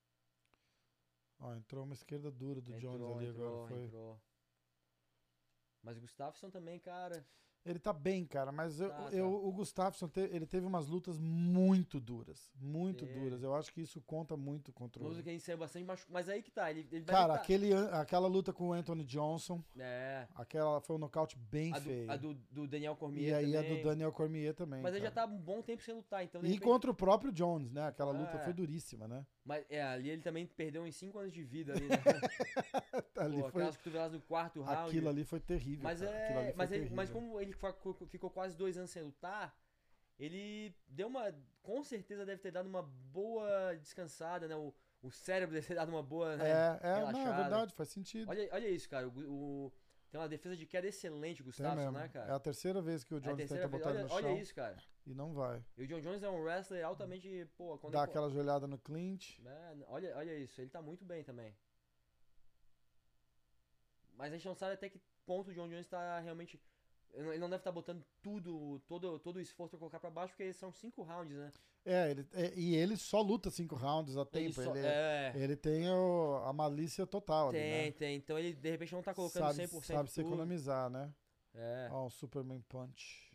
Ó, entrou uma esquerda dura do Jones ali agora. Foi. Entrou. Mas o Gustafsson também, cara. Ele tá bem, cara, mas Tá. o Gustafsson ele teve umas lutas muito duras. Muito Teve. duras. Eu acho que isso conta muito contra Luta o... que ele saiu bastante machucado. Mas aí que tá. Ele deve Cara, tá... aquela luta com o Anthony Johnson, É. aquela foi um nocaute bem feio. A do Daniel Cormier E aí também. a do Daniel Cormier também. Mas ele já cara. tá um bom tempo sem lutar, então... de E repente- contra o próprio Jones, né? Aquela luta É. foi duríssima, né? Mas ali ele também perdeu uns 5 anos de vida ali, né? Ali Pô, foi, aquelas cotoveladas do quarto round. aquilo ali foi terrível. Mas cara. Aquilo ali foi terrível. mas como ele ficou quase 2 anos sem lutar, ele deu uma... Com certeza deve ter dado uma boa descansada, né? O cérebro deve ter dado uma boa, né? Não, é relaxada. verdade, faz sentido. Olha isso, cara. Tem uma defesa de queda excelente, o Tem Gustafsson, mesmo. né, É cara? a terceira vez que o É a Jones terceira tenta vez. botar ele no chão Olha isso, cara. e não vai. E o John Jones é um wrestler altamente... Pô, quando Dá ele... aquela joelhada no clinch. Olha isso, ele tá muito bem também. Mas a gente não sabe até que ponto o John Jones tá realmente... Ele não deve estar botando todo o esforço pra colocar pra baixo, porque são 5 rounds, né? E ele só luta 5 rounds a tempo. Ele tem a malícia total ali, né? Tem. Então ele de repente não tá colocando 100% Sabe se tudo. economizar, né? É. Ó, um Superman Punch.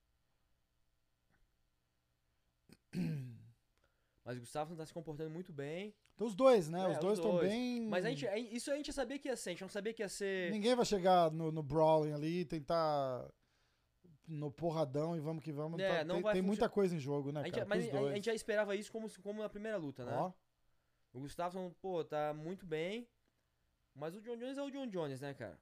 Mas o Gustafsson tá se comportando muito bem. Então os dois, né? Os dois estão bem... Mas isso a gente sabia que ia ser. A gente não sabia que ia ser... Ninguém vai chegar no brawling ali e tentar no porradão e vamos que vamos. Não vai tem muita coisa em jogo, né, cara? Mas a gente já esperava isso como na primeira luta, né? Ó. O Gustafsson, pô, tá muito bem. Mas o John Jones é o John Jones, né, cara?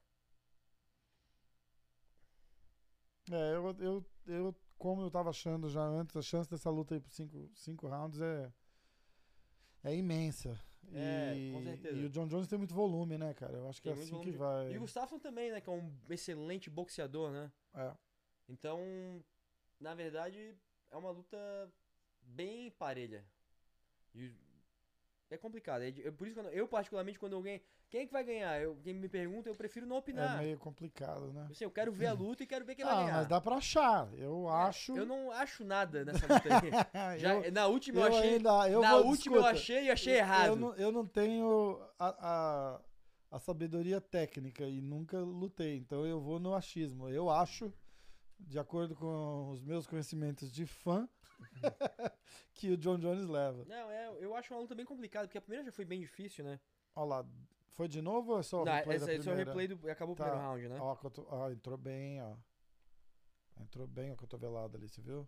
Como eu tava achando já antes, a chance dessa luta aí por 5 rounds é imensa. Com certeza. E o John Jones tem muito volume, né, cara? Eu acho que é assim que vai. E o Gustafsson também, né, que é um excelente boxeador, né? Então, na verdade, é uma luta bem parelha. E é complicado. Por isso que eu particularmente, quando alguém... Quem é que vai ganhar? Quem me pergunta, eu prefiro não opinar. É meio complicado, né? Assim, eu quero ver a luta e quero ver quem vai ganhar. Mas dá pra achar. Eu acho... Eu não acho nada nessa luta aí. Na última eu achei... eu achei e achei errado. Eu não tenho a sabedoria técnica e nunca lutei. Então eu vou no achismo. Eu acho, de acordo com os meus conhecimentos de fã, que o John Jones leva. Não, eu acho uma luta bem complicada, porque a primeira já foi bem difícil, né? Olha lá, foi de novo ou é só o replay da primeira? Esse é o replay acabou o primeiro round, né? Ó, entrou bem, ó. Entrou bem a cotovelada ali, você viu?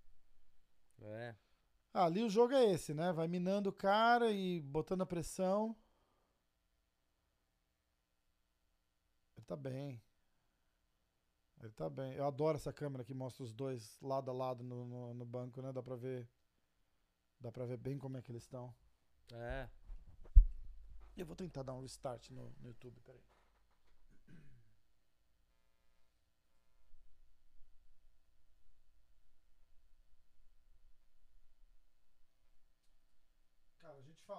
Ali o jogo é esse, né? Vai minando o cara e botando a pressão. Ele tá bem. Eu adoro essa câmera que mostra os dois lado a lado no banco, né? Dá pra ver bem como é que eles estão. Eu vou tentar dar um restart no YouTube, peraí. Cara, a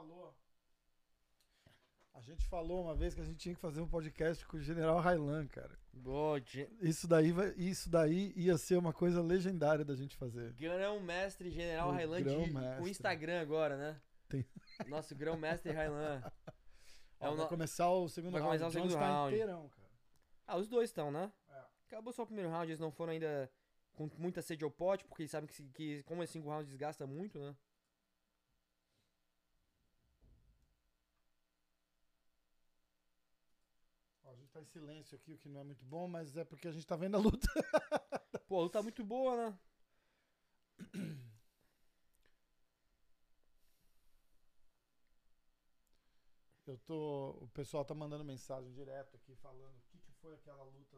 gente falou uma vez que a gente tinha que fazer um podcast com o General Railan, cara. Isso daí ia ser uma coisa legendária da gente fazer. Grão-mestre General Railan com Instagram agora, né? Nosso grão-mestre Railan. Vai começar o segundo round. O segundo round. Inteirão, cara. Os dois estão, né? Acabou só o primeiro round, eles não foram ainda com muita sede ao pote, porque eles sabem que como é 5 rounds desgasta muito, né? A gente tá em silêncio aqui, o que não é muito bom, mas é porque a gente tá vendo a luta. Pô, a luta tá muito boa, né? O pessoal tá mandando mensagem direto aqui falando o que foi aquela luta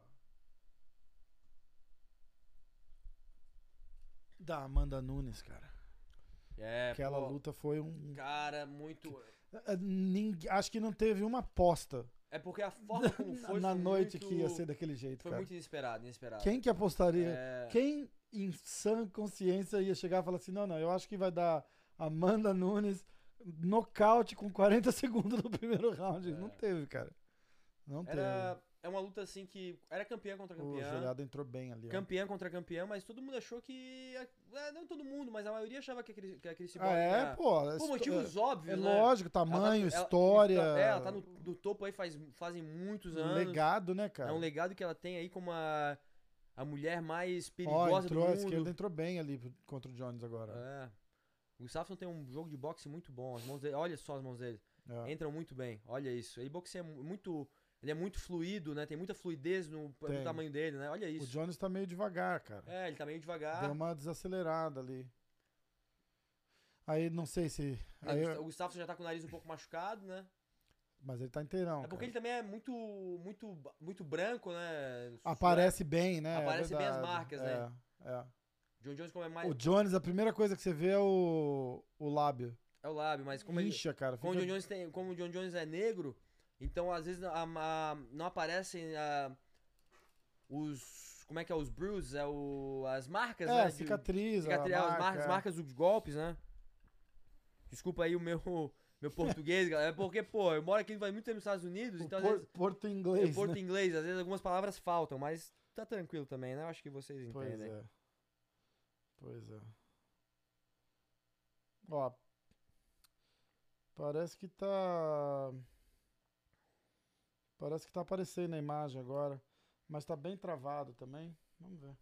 da Amanda Nunes, cara. Aquela luta foi Cara, muito... Acho que não teve uma aposta. É porque a forma como foi na noite que ia ser daquele jeito, foi cara. Muito inesperado. Quem que apostaria? Quem em sã consciência ia chegar e falar assim, não, eu acho que vai dar Amanda Nunes nocaute com 40 segundos no primeiro round. Não teve, cara. Não teve. É uma luta assim que era campeã contra campeã. O Jolhado entrou bem ali. Campeã contra campeã, mas todo mundo achou que... não todo mundo, mas a maioria achava que aquele Cyborg por motivos óbvios, né? Lógico, tamanho, história... Ela tá no topo aí fazem muitos anos. Legado, né, cara? É um legado que ela tem aí como a mulher mais perigosa do mundo. A esquerda entrou bem ali contra o Jones agora. O Gustafsson tem um jogo de boxe muito bom. As mãos dele, olha só as mãos dele. Entram muito bem, olha isso. Ele boxeia muito... Ele é muito fluido, né? Tem muita fluidez no tamanho dele, né? Olha isso. O Jones tá meio devagar, cara. Ele tá meio devagar. Deu uma desacelerada ali. Aí não sei se... O Gustafsson já tá com o nariz um pouco machucado, né? Mas ele tá inteirão. Porque ele também é muito branco, né? Aparece bem, né? Aparece bem as marcas, né? John Jones como é mais... O Jones, a primeira coisa que você vê é o lábio. É o lábio, mas como cara. Como o John Jones é negro... Então, às vezes, não aparecem os... Como é que é? Os bruises, as marcas, né? Cicatriz, as marcas dos golpes, né? Desculpa aí o meu português, galera. É porque, eu moro aqui faz muito tempo nos Estados Unidos, então às vezes... Porto inglês, Porto inglês, às vezes algumas palavras faltam, mas tá tranquilo também, né? Eu acho que vocês entendem. Pois é. Ó, parece que tá aparecendo na imagem agora, mas tá bem travado também. Vamos ver.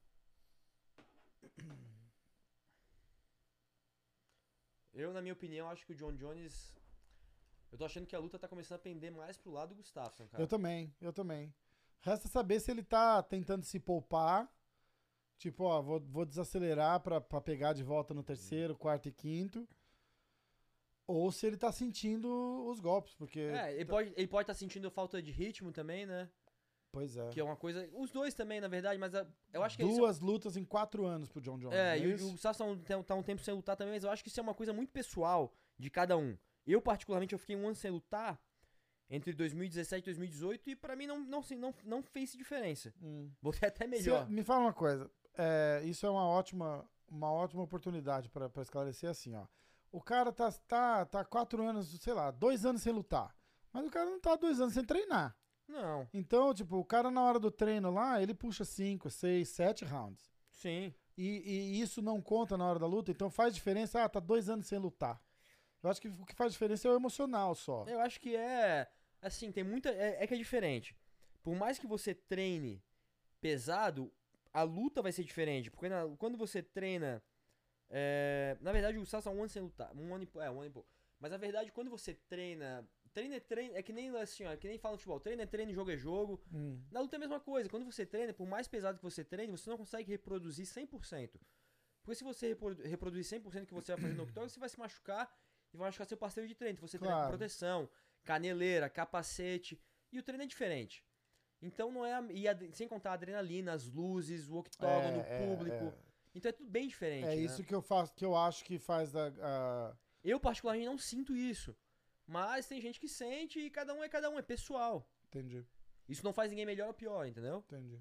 Eu, na minha opinião, acho que o John Jones... Eu tô achando que a luta tá começando a pender mais pro lado do Gustafsson, cara. Eu também. Resta saber se ele tá tentando se poupar Tipo, ó, vou desacelerar pra pegar de volta no terceiro, quarto e quinto. Ou se ele tá sentindo os golpes, porque... Ele pode estar sentindo falta de ritmo também, né? Pois é. Que é uma coisa... Os dois também, na verdade, mas eu acho que... Duas lutas em 4 anos pro John Jones. E o Gustavo tá um tempo sem lutar também, mas eu acho que isso é uma coisa muito pessoal de cada um. Eu, particularmente, eu fiquei 1 ano sem lutar entre 2017 e 2018 e pra mim não fez diferença. Vou ter até melhor. Me fala uma coisa. Isso é uma ótima oportunidade pra esclarecer assim, ó. O cara tá 4 anos, sei lá, 2 anos sem lutar. Mas o cara não tá 2 anos sem treinar. Não. Então, tipo, o cara na hora do treino lá, ele puxa 5, 6, 7 rounds. Sim. E isso não conta na hora da luta, então faz diferença, tá 2 anos sem lutar. Eu acho que o que faz diferença é o emocional só. Eu acho que assim, tem muita... que é diferente. Por mais que você treine pesado, a luta vai ser diferente. Porque quando você treina... na verdade, o Gustavo tá 1 ano sem lutar. 1 ano e pouco. Mas na verdade, quando você treina... Treino é treino. É que nem assim, ó. Que nem fala no futebol. Treino é treino, jogo é jogo. Na luta é a mesma coisa. Quando você treina, por mais pesado que você treine, você não consegue reproduzir 100%. Porque se você reproduzir 100% que você vai fazer no octógono, você vai se machucar e vai machucar seu parceiro de treino. Então você treina com proteção, caneleira, capacete. E o treino é diferente. Então não é... sem contar a adrenalina, as luzes, o octógono, o público... Então é tudo bem diferente. É isso que eu acho que faz Eu, particularmente, não sinto isso. Mas tem gente que sente e cada um, é pessoal. Entendi. Isso não faz ninguém melhor ou pior, entendeu? Entendi.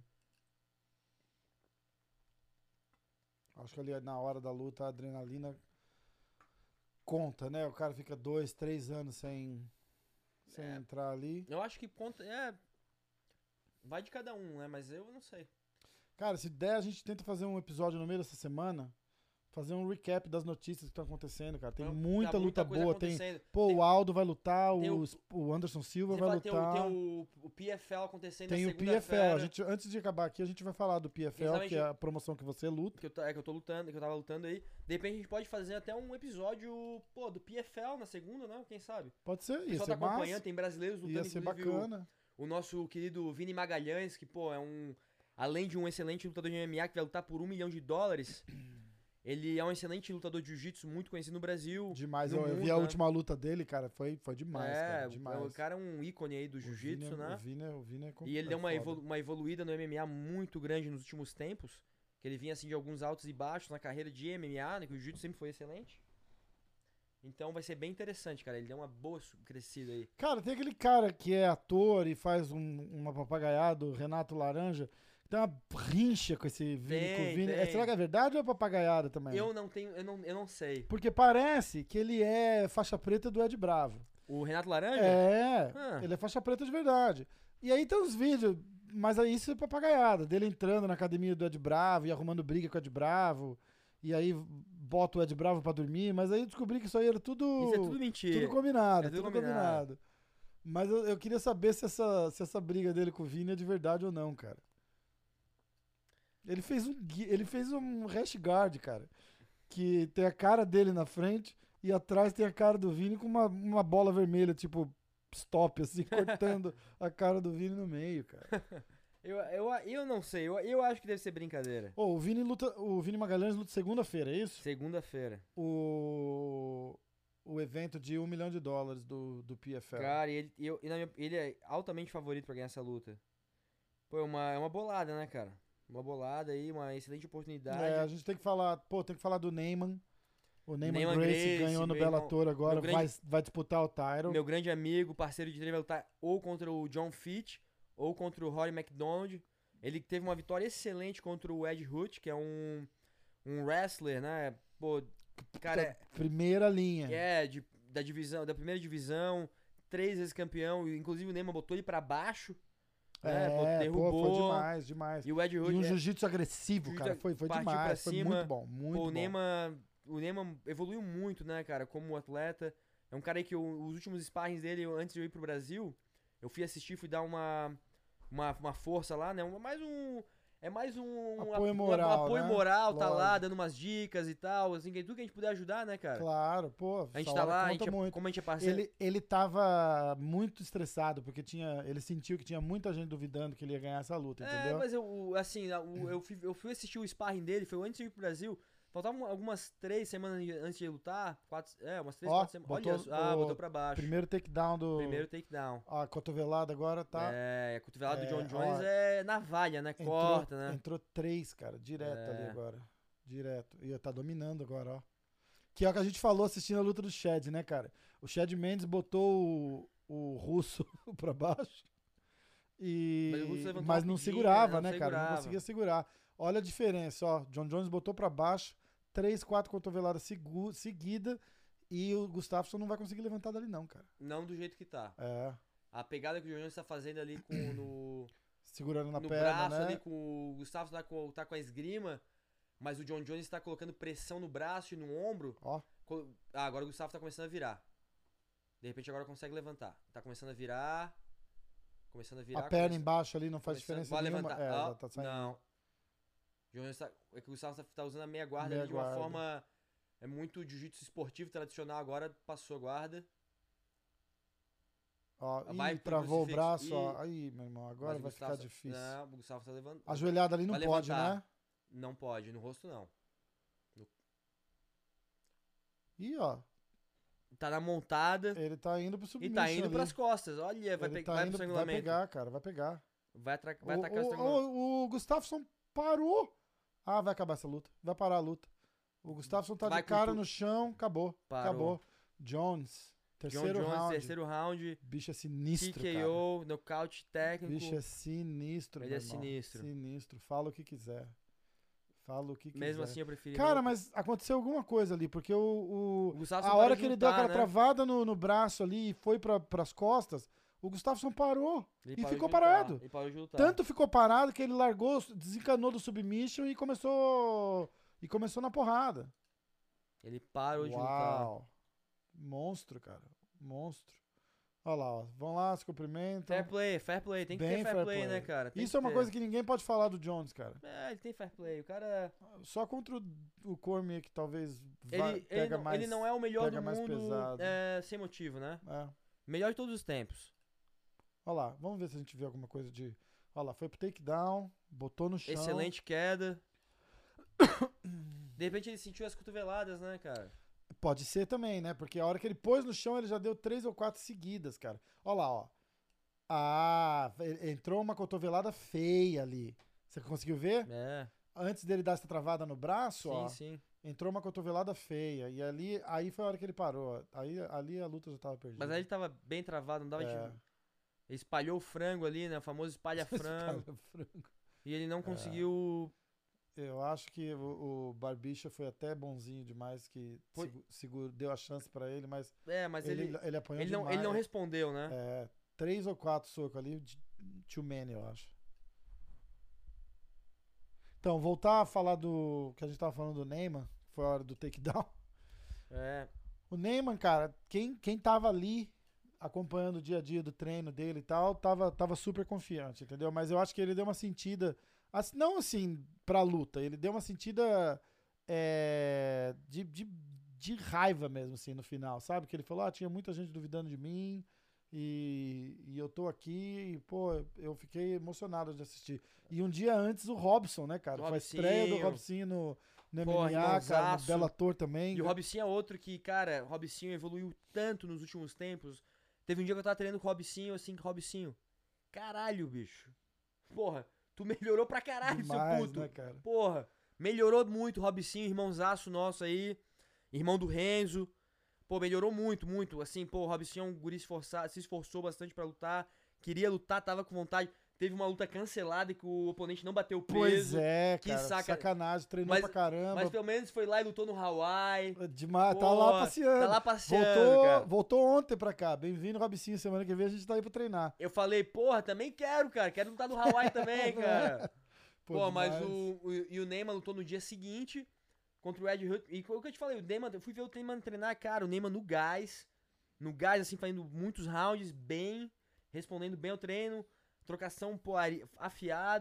Acho que ali na hora da luta a adrenalina conta, né? O cara fica 2, 3 anos sem entrar ali. Eu acho que conta... vai de cada um, né? Mas eu não sei. Cara, se der, a gente tenta fazer um episódio no meio dessa semana, fazer um recap das notícias que estão acontecendo, cara. Tem muita luta boa. O Aldo vai lutar, o Anderson Silva vai lutar. Tem o PFL acontecendo na segunda-feira. Tem o PFL. Antes de acabar aqui, a gente vai falar do PFL, que é a promoção que você luta. Que eu tô lutando, que eu tava lutando aí. De repente a gente pode fazer até um episódio, do PFL na segunda, né? Quem sabe? Pode ser, isso. O pessoal tá acompanhando, tem brasileiros lutando. Ia ser bacana. O nosso querido Vini Magalhães, que, é um... Além de um excelente lutador de MMA que vai lutar por $1 milhão, ele é um excelente lutador de jiu-jitsu, muito conhecido no Brasil. Demais, eu vi a última luta dele, cara, foi demais, cara, demais. O cara é um ícone aí do jiu-jitsu, né? O Vini é E ele deu uma evoluída no MMA muito grande nos últimos tempos, que ele vinha assim de alguns altos e baixos na carreira de MMA, né, que o jiu-jitsu sempre foi excelente. Então vai ser bem interessante, cara, ele deu uma boa crescida aí. Cara, tem aquele cara que é ator e faz uma papagaiada, o Renato Laranja, tem uma rincha com esse Vini. Será que é verdade ou é papagaiada também? Eu não sei. Porque parece que ele é faixa preta do Ed Bravo. O Renato Laranja? Ele é faixa preta de verdade. E aí tem uns vídeos, mas aí isso é papagaiada, dele entrando na academia do Ed Bravo e arrumando briga com o Ed Bravo. E aí bota o Ed Bravo pra dormir, mas aí eu descobri que isso aí era tudo... Isso é tudo mentira. Tudo combinado, tudo combinado. Mas eu queria saber se essa briga dele com o Vini é de verdade ou não, cara. Ele fez um rash guard, cara, que tem a cara dele na frente e atrás tem a cara do Vini com uma bola vermelha, tipo stop, assim, cortando a cara do Vini no meio, cara. Eu não sei, eu acho que deve ser brincadeira. O Vini Magalhães luta segunda-feira, é isso? Segunda-feira. O evento de $1 milhão do PFL. Cara, ele é altamente favorito pra ganhar essa luta. Pô, é uma bolada, né, cara? Uma bolada aí, uma excelente oportunidade. A gente tem que falar, do Neyman. O Neyman Gracie ganhou no Bellator agora, vai disputar o title. Meu grande amigo, parceiro de treino, vai lutar ou contra o John Fitch ou contra o Rory McDonald. Ele teve uma vitória excelente contra o Ed Hooch, que é um wrestler, né? Pô, cara... Primeira linha. Da primeira divisão, 3 vezes campeão, inclusive o Neyman botou ele pra baixo. Derrubou. Foi demais. E o Ed Hooch... E um jiu-jitsu agressivo, cara. Foi demais. Foi muito bom, muito bom. O Neyman evoluiu muito, né, cara, como atleta. É um cara aí que os últimos sparrings dele, antes de eu ir pro Brasil, eu fui assistir, fui dar uma força lá, né? É mais um apoio moral, apoio né? moral, tá lá, Lógico. dando umas dicas e tal, assim, tudo que a gente puder ajudar, né, cara? Claro, pô. A gente essa tá hora lá, conta muito. como a gente é parceiro. Ele tava muito estressado, porque ele sentiu que tinha muita gente duvidando que ele ia ganhar essa luta, entendeu? Mas eu fui assistir o sparring dele, foi antes de ir pro Brasil. Faltavam algumas 3 semanas antes de lutar. Umas 3, 4 semanas. Olha, botou pra baixo. Primeiro takedown do. Primeiro takedown. A cotovelada agora tá. A cotovelada do John Jones é navalha, né? Corta, né? Entrou 3, cara, direto ali agora. Direto. E tá dominando agora, ó. Que é o que a gente falou assistindo a luta do Chad, né, cara? O Chad Mendes botou o russo pra baixo. Mas não segurava, né, cara? Não conseguia segurar. Olha a diferença, ó. John Jones botou pra baixo, 3, 4 cotoveladas seguidas, e o Gustafsson não vai conseguir levantar dali, não, cara. Não do jeito que tá. É. A pegada que o John Jones tá fazendo ali segurando na no perna, braço, né? ali com o Gustafsson tá com a esgrima, mas o John Jones tá colocando pressão no braço e no ombro. Ó. Agora o Gustavo tá começando a virar. De repente agora consegue levantar. Tá começando a virar. A perna embaixo ali não faz diferença vai nenhuma. levantar. Ela tá saindo. Não. É que o Gustavo tá usando a meia guarda ali de uma forma... É muito jiu-jitsu esportivo, tradicional. Agora passou a guarda. Ó, travou o braço, ó. Aí, meu irmão, agora vai ficar difícil. Não, o Gustavo tá levantando. A joelhada ali não pode, né? Não pode, no rosto não. Ih, ó. Tá na montada. Ele tá indo pro submission. E tá indo pras costas. Olha, vai pro estrangulamento. Vai pegar, cara, vai pegar. Vai atacar o estrangulamento. O Gustafsson parou. Vai acabar essa luta. Vai parar a luta. O Gustafsson tá de cara no chão. Acabou. Parou. Acabou. Jones. Terceiro round. Bicho é sinistro, TKO, cara. nocaute técnico. Bicho é sinistro, Ele é sinistro. Sinistro. Fala o que quiser. Mesmo assim eu prefiro... Cara, mas aconteceu alguma coisa ali, porque a hora que ele deu aquela travada no braço ali e foi pras costas, o Gustafsson parou. E ficou parado. Ele parou de lutar. Tanto ficou parado que ele largou, desencanou do submission e começou na porrada. Ele parou de lutar. Uau. Monstro, cara. Monstro. Olha lá, ó. Vão lá, se cumprimentam. Fair play. Tem que ter fair play, né, cara? Isso é uma coisa que ninguém pode falar do Jones, cara. Ele tem fair play. O cara... Só contra o Cormier que talvez ele não é o melhor do mundo pesado. Sem motivo, né? É. Melhor de todos os tempos. Olha lá, vamos ver se a gente vê alguma coisa de... Olha lá, foi pro takedown, botou no chão. Excelente queda. De repente ele sentiu as cotoveladas, né, cara? Pode ser também, né? Porque a hora que ele pôs no chão, ele já deu 3 ou 4 seguidas, cara. Olha lá, ó. Entrou uma cotovelada feia ali. Você conseguiu ver? É. Antes dele dar essa travada no braço, ó. Sim. Entrou uma cotovelada feia. E aí foi a hora que ele parou. Ali a luta já tava perdida. Mas aí ele tava bem travado, não dava de... Ele espalhou o frango ali, né? O famoso espalha-frango. E ele não conseguiu... Eu acho que o Barbicha foi até bonzinho demais, que deu a chance pra ele, mas... mas ele apanhou demais. Ele não respondeu, né? 3 ou 4 socos ali, too many, eu acho. Então, voltar a falar do que a gente tava falando do Neyman, que foi a hora do takedown. O Neyman, cara, quem tava ali acompanhando o dia a dia do treino dele e tal, tava super confiante, entendeu? Mas eu acho que ele deu uma sentida... Não assim, pra luta, ele deu uma sentida de raiva mesmo, assim, no final, sabe? Que ele falou, tinha muita gente duvidando de mim e eu tô aqui e, pô, eu fiquei emocionado de assistir. E um dia antes o Robson, né, cara? Foi a estreia do Robson no MMA, cara, no Bellator também. E o Robson é outro que, cara, o Robson evoluiu tanto nos últimos tempos. Teve um dia que eu tava treinando com o Robson, assim, Robson, caralho, bicho. Porra. Tu melhorou pra caralho, demais, seu puto. Né, cara? Porra, melhorou muito o Robicinho, irmãozaço nosso aí. Irmão do Renzo. Pô, melhorou muito, muito. Assim, pô, o Robicinho é um guri se esforçou bastante pra lutar. Queria lutar, tava com vontade. Teve uma luta cancelada que o oponente não bateu o peso. Pois é, que cara, sacanagem, treinou pra caramba. Mas pelo menos foi lá e lutou no Hawaii. Demais, tá lá passeando. Tá lá passeando, voltou ontem pra cá. Bem-vindo, Robicinho, semana que vem a gente tá aí pra treinar. Eu falei, porra, também quero, cara. Quero lutar no Hawaii também, cara. Pô, mas o Neyman lutou no dia seguinte contra o Ed Hutt. E foi o que eu te falei, eu fui ver o Neyman treinar, cara, o Neyman no gás, assim, fazendo muitos rounds, bem, respondendo bem ao treino, trocação afiada,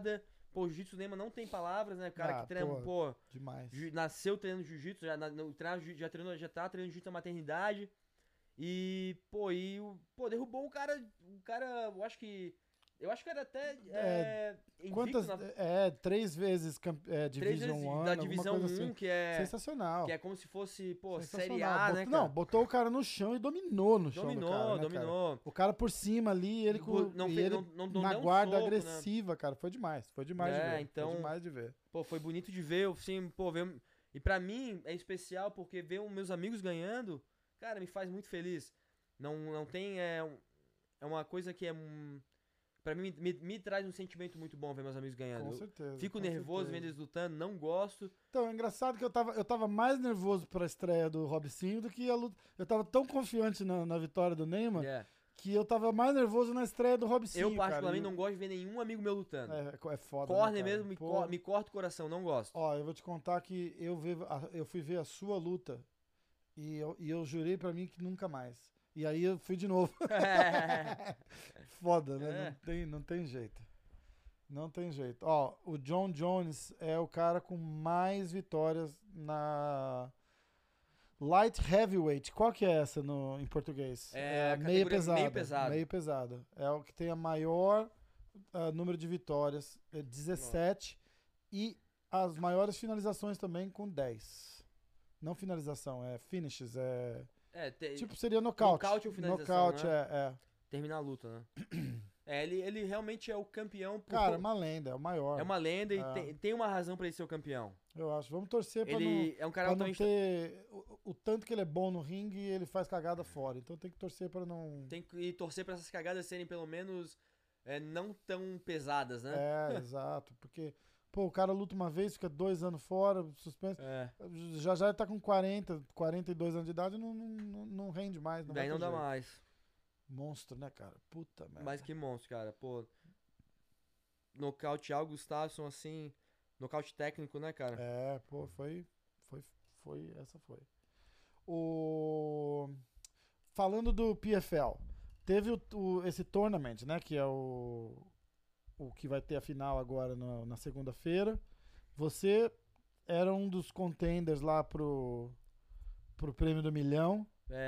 Pô, o jiu-jitsu Neymar não tem palavras, né? O cara que treina, pô... Demais. Nasceu treinando jiu-jitsu, já tá treinando jiu-jitsu na maternidade. E, pô, derrubou um cara, eu acho que era até quantas, 3 vezes Division 1, da Divisão 1, assim. que é sensacional. Que é como se fosse, pô, Série A, né, cara? Não, botou o cara no chão e dominou no chão do cara, né, dominou. Cara? O cara por cima ali, ele na guarda agressiva, né? Cara, foi demais de ver. Então, foi demais de ver. Pô, foi bonito de ver, assim, pô, ver... E pra mim é especial porque ver os meus amigos ganhando, cara, me faz muito feliz. Não tem, é uma coisa que pra mim, me traz um sentimento muito bom ver meus amigos ganhando. Com certeza. Fico nervoso vendo eles lutando, não gosto. Então, é engraçado que eu tava mais nervoso pra estreia do Robicinho do que a luta. Eu tava tão confiante na vitória do Neymar que eu tava mais nervoso na estreia do Robicinho. Eu, particularmente, não gosto de ver nenhum amigo meu lutando. É foda. Corner, né, mesmo, me corta o coração, não gosto. Ó, eu vou te contar que eu fui ver a sua luta e eu jurei pra mim que nunca mais. E aí eu fui de novo. Foda, né? Não tem jeito. Não tem jeito. Ó, o John Jones é o cara com mais vitórias na Light Heavyweight. Qual que é essa em português? É meio pesado. Meio pesado. É o que tem a maior número de vitórias, 17. E as maiores finalizações também com 10. Não finalização, é finishes, tipo, seria nocaute. Nocaute ou finalização, nocaute, né? Terminar a luta, né? Ele realmente é o campeão. Cara, é uma lenda, é o maior. É uma lenda e tem uma razão pra ele ser o campeão. Eu acho. Vamos torcer pra não ter... O tanto que ele é bom no ringue, ele faz cagada fora. Então tem que torcer pra não... Tem que torcer pra essas cagadas serem pelo menos não tão pesadas, né? Exato. Porque... Pô, o cara luta uma vez, fica 2 anos fora, suspenso. Já ele tá com 42 anos de idade e não rende mais. Daí não dá mais. Monstro, né, cara? Puta merda. Mais que monstro, cara. Pô, nocautear o Gustafsson, assim, nocaute técnico, né, cara? Pô, foi. Essa foi. Falando do PFL, teve esse tournament, né, que é o que vai ter a final agora na segunda-feira. Você era um dos contenders lá pro prêmio do milhão.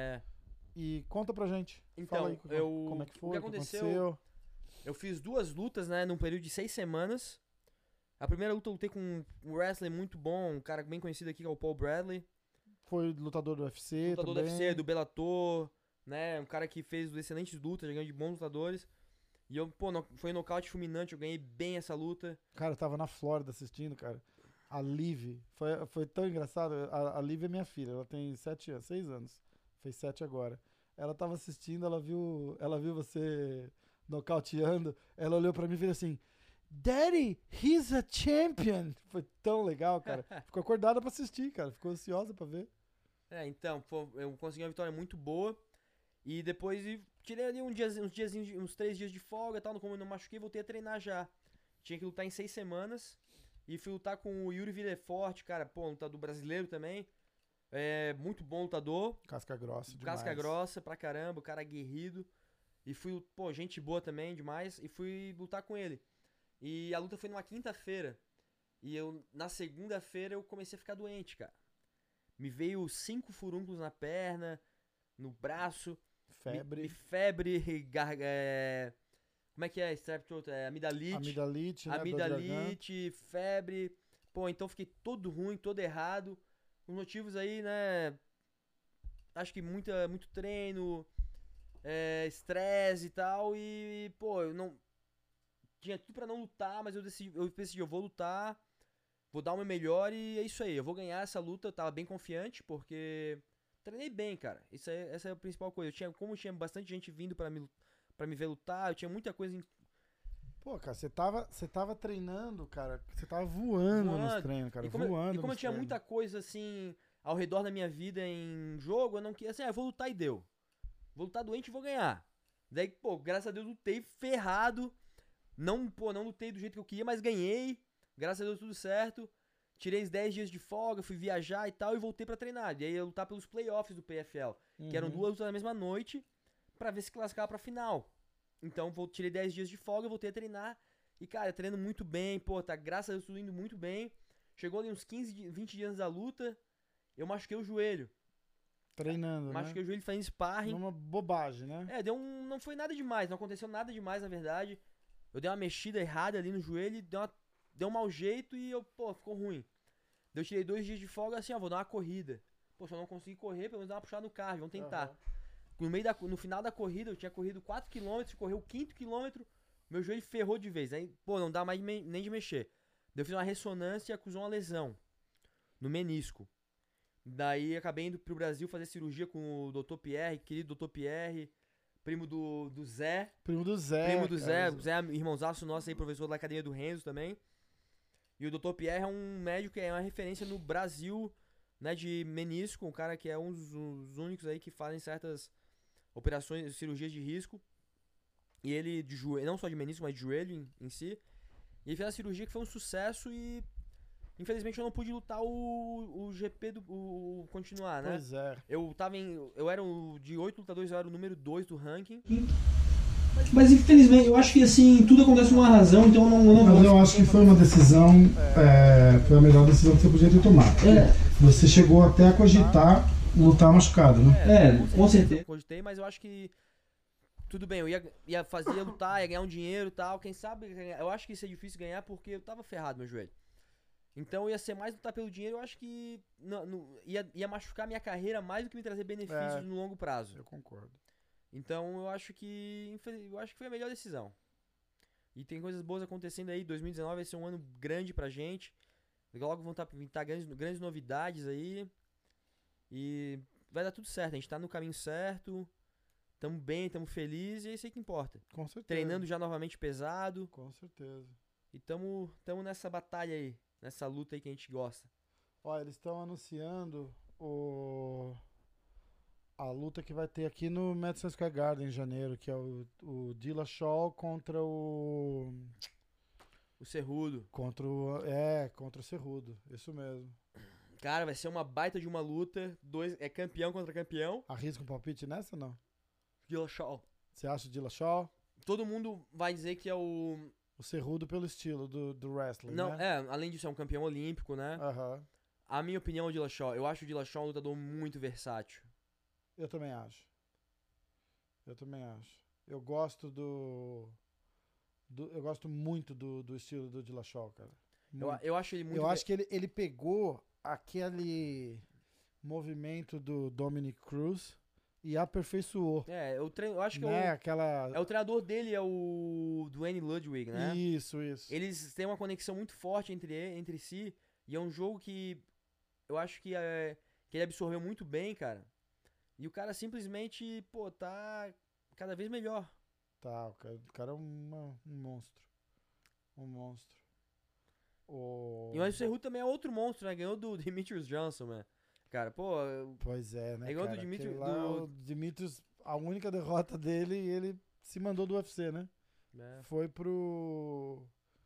E conta pra gente. Então, fala aí como é que foi, o que aconteceu. Eu fiz 2 lutas, né, num período de 6 semanas. A primeira luta eu lutei com um wrestler muito bom, um cara bem conhecido aqui, que é o Paul Bradley. Foi lutador do UFC lutador também. Do UFC, do Bellator, né, um cara que fez excelentes lutas, ganhou de bons lutadores. E foi um nocaute fulminante, eu ganhei bem essa luta. Cara, eu tava na Flórida assistindo, cara. A Liv, foi tão engraçado. A Liv é minha filha, ela tem 6 anos. Fez 7 agora. Ela tava assistindo, ela viu você nocauteando. Ela olhou pra mim e fez assim: Daddy, he's a champion! Foi tão legal, cara. Ficou acordada pra assistir, cara. Ficou ansiosa pra ver. Então, eu consegui uma vitória muito boa. E depois tirei ali uns 3 dias de folga e tal. Como eu não machuquei, voltei a treinar já. Tinha que lutar em 6 semanas. E fui lutar com o Yuri Villefort, cara. Pô, lutador brasileiro também. Muito bom lutador. Casca grossa demais. Casca grossa pra caramba, o cara aguerrido. E fui, gente boa também, demais. E fui lutar com ele. E a luta foi numa quinta-feira. E na segunda-feira, eu comecei a ficar doente, cara. Me veio 5 furúnculos na perna, no braço. Febre. Febre, como é que é? Strep throat, amidalite. Amidalite, né? Amidalite, febre. Pô, então fiquei todo ruim, todo errado. Os motivos aí, né? Acho que muito treino, estresse e tal. E, pô, eu não... Tinha tudo pra não lutar, mas eu decidi, eu vou lutar, vou dar o meu melhor e é isso aí. Eu vou ganhar essa luta, eu tava bem confiante, porque treinei bem, cara. Essa é a principal coisa. Como tinha bastante gente vindo pra me ver lutar, eu tinha muita coisa em... Pô, cara, você tava treinando, cara. Você tava voando nos treinos, cara. E como eu tinha muita coisa, assim, ao redor da minha vida em jogo, eu não queria, assim, eu vou lutar e deu. Vou lutar doente e vou ganhar. Daí, pô, graças a Deus, lutei ferrado. Não lutei do jeito que eu queria, mas ganhei. Graças a Deus, tudo certo. Tirei os 10 dias de folga, fui viajar e tal, e voltei pra treinar. E aí, eu ia lutar pelos playoffs do PFL, que eram 2 lutas na mesma noite, pra ver se classificava pra final. Então, tirei 10 dias de folga, voltei a treinar. E, cara, treinando muito bem, pô, tá, graças a Deus, tudo indo muito bem. Chegou ali uns 15, 20 dias da luta, eu machuquei o joelho. Treinando, machuquei o joelho fazendo sparring. Uma bobagem, né? Não foi nada demais, não aconteceu nada demais, na verdade. Eu dei uma mexida errada ali no joelho, deu um mau jeito e ficou ruim. Eu tirei 2 dias de folga assim, vou dar uma corrida. Pô, se eu não conseguir correr, pelo menos dar uma puxada no carro, vamos tentar. No final da corrida, eu tinha corrido 4km, correu o 5º quilômetro, meu joelho ferrou de vez. Aí, não dá mais nem de mexer. Daí eu fiz uma ressonância e acusou uma lesão no menisco. Daí acabei indo pro Brasil fazer cirurgia com o Dr. Pierre, querido Dr. Pierre, primo do Zé. Primo do Zé. O Zé é irmãozaço nosso aí, professor da academia do Renzo também. E o Dr. Pierre é um médico que é uma referência no Brasil, né, de menisco, um cara que é um dos únicos aí que fazem certas operações, cirurgias de risco. E ele de joelho, não só de menisco, mas de joelho em si. E ele fez a cirurgia que foi um sucesso e infelizmente eu não pude lutar o GP continuar, né? Pois é. Eu era de 8 lutadores, eu era o número 2 do ranking. Mas infelizmente, eu acho que assim, tudo acontece por uma razão, então não Mas eu acho que foi uma decisão, foi a melhor decisão que você podia ter tomado. Você chegou até a cogitar lutar machucado, né? Com certeza. Eu cogitei, mas eu acho que tudo bem, eu ia lutar, ia ganhar um dinheiro e tal, quem sabe, eu acho que ia ser difícil ganhar porque eu tava ferrado meu joelho. Então ia ser mais lutar pelo dinheiro, eu acho que ia machucar minha carreira mais do que me trazer benefícios no longo prazo. Eu concordo. Então eu acho que foi a melhor decisão. E tem coisas boas acontecendo aí, 2019 vai ser um ano grande pra gente. Logo vão estar grandes novidades aí. E vai dar tudo certo, a gente tá no caminho certo. Tamo bem, tamo felizes e é isso aí que importa. Com certeza. Treinando já novamente pesado. Com certeza. E tamo nessa batalha aí, nessa luta aí que a gente gosta. Ó, eles estão anunciando a luta que vai ter aqui no Madison Square Garden em janeiro, que é o Dillashaw contra o Cerrudo. Contra o Cerrudo, isso mesmo. Cara, vai ser uma baita de uma luta, campeão contra campeão. Arrisca um palpite nessa ou não? Dillashaw. Você acha o Dillashaw? Todo mundo vai dizer que é o Cerrudo pelo estilo do wrestling, não, né? Além disso é um campeão olímpico, né? Aham. A minha opinião é o Dillashaw. Eu acho o Dillashaw um lutador muito versátil. Eu também acho. Eu gosto eu gosto muito do estilo do Dillashaw, cara. Eu acho ele muito... Eu acho que ele pegou aquele movimento do Dominic Cruz e aperfeiçoou. Eu acho que o treinador dele é o Duane Ludwig, né? Isso. Eles têm uma conexão muito forte entre si e é um jogo que eu acho que ele absorveu muito bem, cara. E o cara simplesmente, tá cada vez melhor. Tá, o cara é um monstro. Um monstro. E o Cerrudo também é outro monstro, né? Ganhou do Demetrius Johnson, né? Cara, Pois é, né, ganhou cara? Do Demetrius, o Demetrius, a única derrota dele, ele se mandou do UFC, né? Foi pro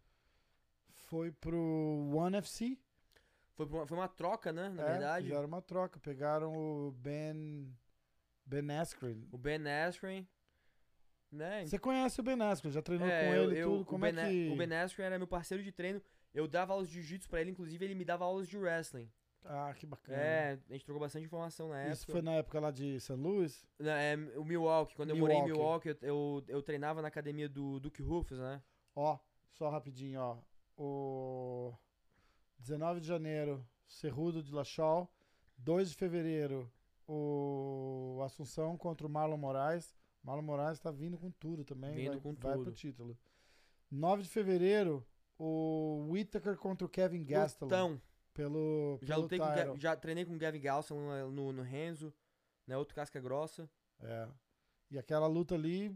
One FC. Foi uma troca, né? Na verdade. Fizeram uma troca. Pegaram o Ben Askren. O Ben Askren. Né? Você conhece o Ben Askren, já treinou com ele e tudo. O Ben Askren era meu parceiro de treino. Eu dava aulas de jiu-jitsu pra ele, inclusive ele me dava aulas de wrestling. Ah, que bacana. A gente trocou bastante informação na época. Isso foi na época lá de St. Louis? O Milwaukee. Quando eu morei em Milwaukee, eu treinava na academia do Duke Rufus, né? Ó, só rapidinho, ó. O 19 de janeiro, Cerrudo Dillashaw. 2 de fevereiro, o Assunção contra o Marlon Moraes. Marlon Moraes tá vindo com tudo também. Vai pro título. 9 de fevereiro, o Whittaker contra o Kevin Gastelum. Já treinei com o Kevin Gastelum no Renzo, né? Outro casca grossa. E aquela luta ali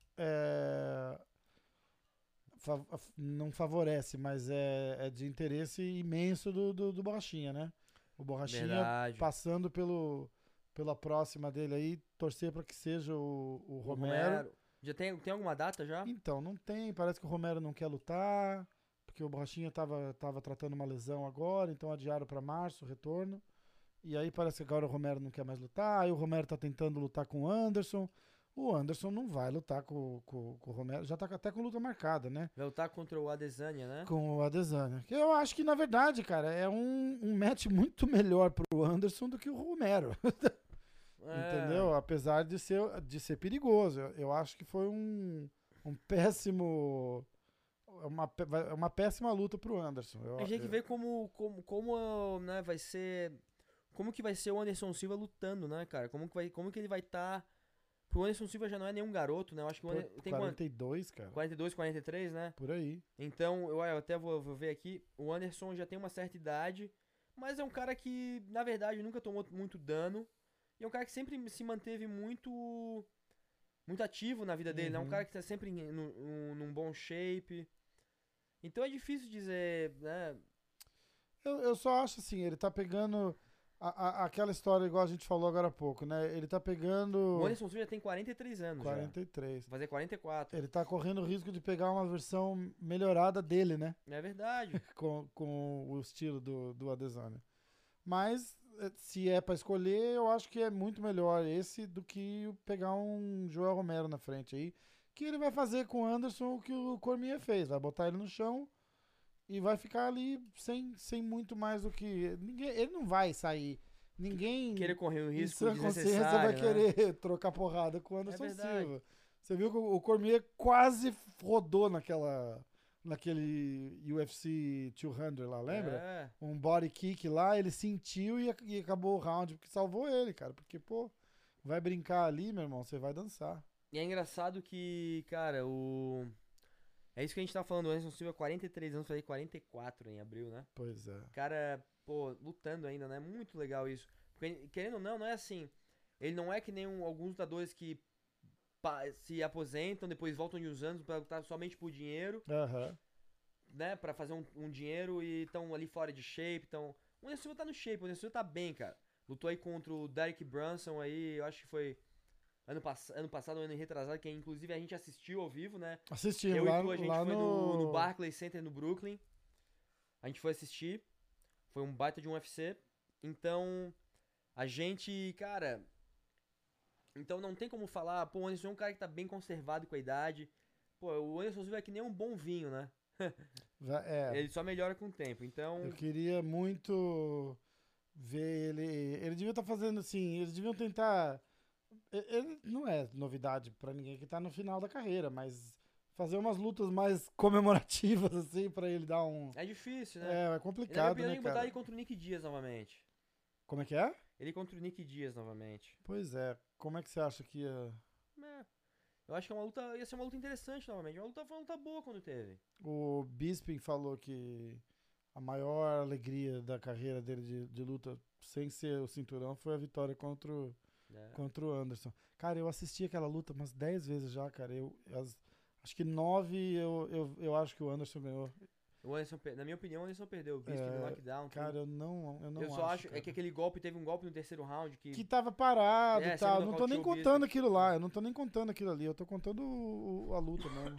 não favorece, mas é de interesse imenso do Borrachinha, né? O Borrachinha Verdade. Passando pela próxima dele aí, torcer para que seja o Romero. Já tem alguma data já? Então, não tem. Parece que o Romero não quer lutar, porque o Borrachinha tava tratando uma lesão agora, então adiaram para março o retorno. E aí parece que agora o Romero não quer mais lutar, aí o Romero tá tentando lutar com o Anderson. O Anderson não vai lutar com o Romero. Já tá até com luta marcada, né? Vai lutar contra o Adesanya, né? Com o Adesanya. Que eu acho que, na verdade, cara, é um match muito melhor pro Anderson do que o Romero. Entendeu? Apesar de ser perigoso. Eu acho que foi um péssimo... uma péssima luta pro Anderson. A gente tem que ver como né, vai ser... Como que vai ser o Anderson Silva lutando, né, cara? Como que ele vai estar... Porque o Anderson Silva já não é nenhum garoto, né? Eu acho que tem 42, cara. 42, 43, né? Por aí. Então, eu até vou ver aqui. O Anderson já tem uma certa idade, mas é um cara que, na verdade, nunca tomou muito dano. E é um cara que sempre se manteve muito ativo na vida dele, né? Um cara que tá sempre num bom shape. Então é difícil dizer, né? Eu só acho assim, ele tá pegando... aquela história igual a gente falou agora há pouco, né? Ele tá pegando... O Anderson Silva já tem 43 anos 43. Já. Vai fazer 44. Ele tá correndo o risco de pegar uma versão melhorada dele, né? É verdade. com o estilo do Adesanya. Mas, se é pra escolher, eu acho que é muito melhor esse do que pegar um Joel Romero na frente aí. Que ele vai fazer com o Anderson o que o Cormier fez. Vai botar ele no chão... E vai ficar ali sem muito mais do que... ele não vai sair. Ninguém... Querer correr um risco desnecessário, vai querer trocar porrada com o Anderson Silva. Você viu que o Cormier quase rodou naquele UFC 200 lá, lembra? É. Um body kick lá, ele sentiu e acabou o round, porque salvou ele, cara. Porque, pô, vai brincar ali, meu irmão, você vai dançar. E é engraçado que, cara, É isso que a gente tá falando, o Anderson Silva, 43 anos, falei 44 em abril, né? Pois é. Cara, pô, lutando ainda, né? Muito legal isso. Porque, querendo ou não é assim. Ele não é que nem alguns lutadores que se aposentam, depois voltam de uns anos pra lutar somente por dinheiro. Né? Pra fazer um dinheiro e estão ali fora de shape. O Anderson Silva tá no shape, o Anderson Silva tá bem, cara. Lutou aí contra o Derek Brunson aí, eu acho que foi... Ano passado, ano retrasado, que inclusive a gente assistiu ao vivo, né? Assistimos, A gente foi no Barclays Center no Brooklyn. A gente foi assistir. Foi um baita de um UFC. Então, a gente, cara... Então não tem como falar... Pô, o Anderson é um cara que tá bem conservado com a idade. Pô, o Anderson Silva é que nem um bom vinho, né? Ele só melhora com o tempo, então... Eu queria muito ver ele... Ele devia estar fazendo assim... Eles deviam tentar... Ele não é novidade pra ninguém que tá no final da carreira, mas fazer umas lutas mais comemorativas, assim, pra ele dar um... É difícil, né? É complicado, né, cara? Botar ele contra o Nick Diaz novamente. Como é que é? Ele contra o Nick Diaz novamente. Pois é. Como é que você acha que ia... Eu acho que ia ser uma luta interessante novamente. Foi uma luta boa quando teve. O Bisping falou que a maior alegria da carreira dele de luta, sem ser o cinturão, foi a vitória contra o Anderson. Cara, eu assisti aquela luta umas 10 vezes já, cara. Acho que 9 eu acho que o Anderson ganhou. O Anderson, na minha opinião, o Anderson perdeu. O Bisping no knockdown. Cara, eu não eu só acho que aquele golpe, teve um golpe no terceiro round que tava parado e tal. Não tô nem contando aquilo lá. Eu não tô nem contando aquilo ali. Eu tô contando a luta mesmo.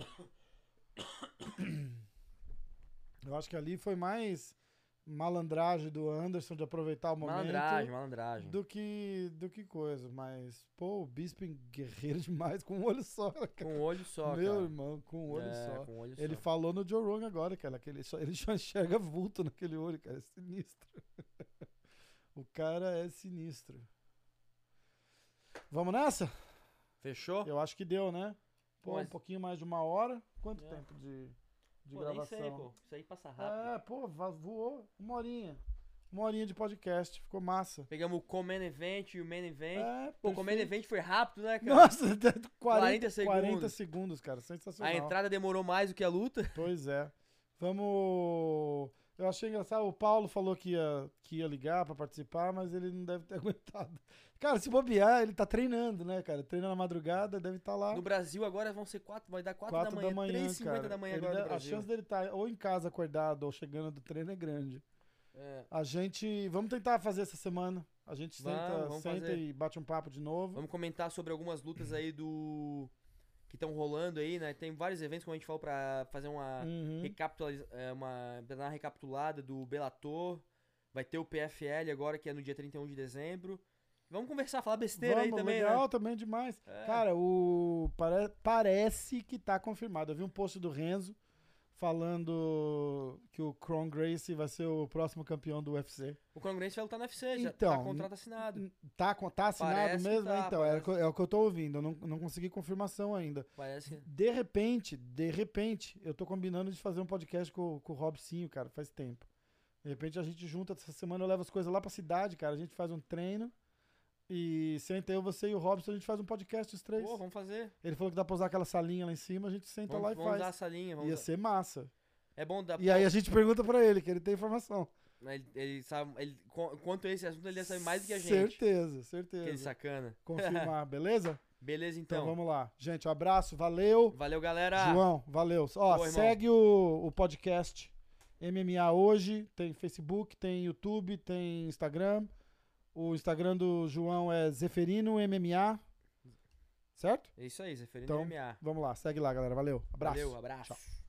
Eu acho que ali foi mais malandragem do Anderson de aproveitar o momento. Malandragem. Do que coisa. Mas, pô, o Bisping guerreiro demais com um olho só. Cara. Com um olho só, Meu cara. irmão, com um olho só. Com um olho ele só. falou no Joe Rogan agora, cara, que ele só enxerga vulto naquele olho, cara. É sinistro. O cara é sinistro. Vamos nessa? Fechou? Eu acho que deu, né? Pô, Mas... um pouquinho mais de 1 hora. Quanto tempo de gravação? Nem sei, pô. Isso aí passa rápido. Pô, voou 1 horinha. 1 horinha de podcast. Ficou massa. Pegamos o Co-Main Event e o Main Event. Pô, o Co-Main Event foi rápido, né, cara? Nossa, 40 segundos. 40 segundos, cara. Sensacional. A entrada demorou mais do que a luta. Pois é. Vamos... Eu achei engraçado. O Paulo falou que ia ligar pra participar, mas ele não deve ter aguentado. Cara, se bobear, ele tá treinando, né, cara? Treina na madrugada, deve estar lá. No Brasil agora vão ser 4, vai dar 4 da manhã, 3h50 da manhã agora no Brasil. A chance dele estar ou em casa acordado ou chegando do treino é grande. A gente... Vamos tentar fazer essa semana. A gente senta e bate um papo de novo. Vamos comentar sobre algumas lutas aí que estão rolando aí, né? Tem vários eventos, como a gente falou, pra fazer uma uma recapitulada do Bellator. Vai ter o PFL agora, que é no dia 31 de dezembro. Vamos conversar, falar besteira aí também, legal, né? também demais. Cara, parece que tá confirmado. Eu vi um post do Renzo falando que o Kron Gracie vai ser o próximo campeão do UFC. O Kron Gracie vai lutar no UFC, já então, tá contrato assinado. Tá assinado Parece mesmo? tá, Então, é o que eu tô ouvindo. Eu não consegui confirmação ainda. Parece que... De repente, eu tô combinando de fazer um podcast com o Robsinho, cara, faz tempo. De repente a gente junta, essa semana eu levo as coisas lá pra cidade, cara. A gente faz um treino. E senta eu, você e o Robson, a gente faz um podcast os três. Pô, vamos fazer. Ele falou que dá pra usar aquela salinha lá em cima, a gente senta lá e vamos faz. usar a salinha. Ia ser massa. É bom dar... E aí a gente pergunta pra ele, que ele tem informação. Ele sabe... Quanto a esse assunto, ele sabe mais do que a gente. Certeza. Aquele sacana. Confirmar, beleza? Beleza, então. Então vamos lá. Gente, um abraço, valeu. Valeu, galera. João, valeu. Ó, segue o podcast MMA Hoje. Tem Facebook, tem YouTube, tem Instagram. O Instagram do João é Zeferino MMA. Certo? É isso aí, Zeferino então, MMA. Vamos lá, segue lá, galera. Valeu. Abraço. Valeu, abraço. Tchau.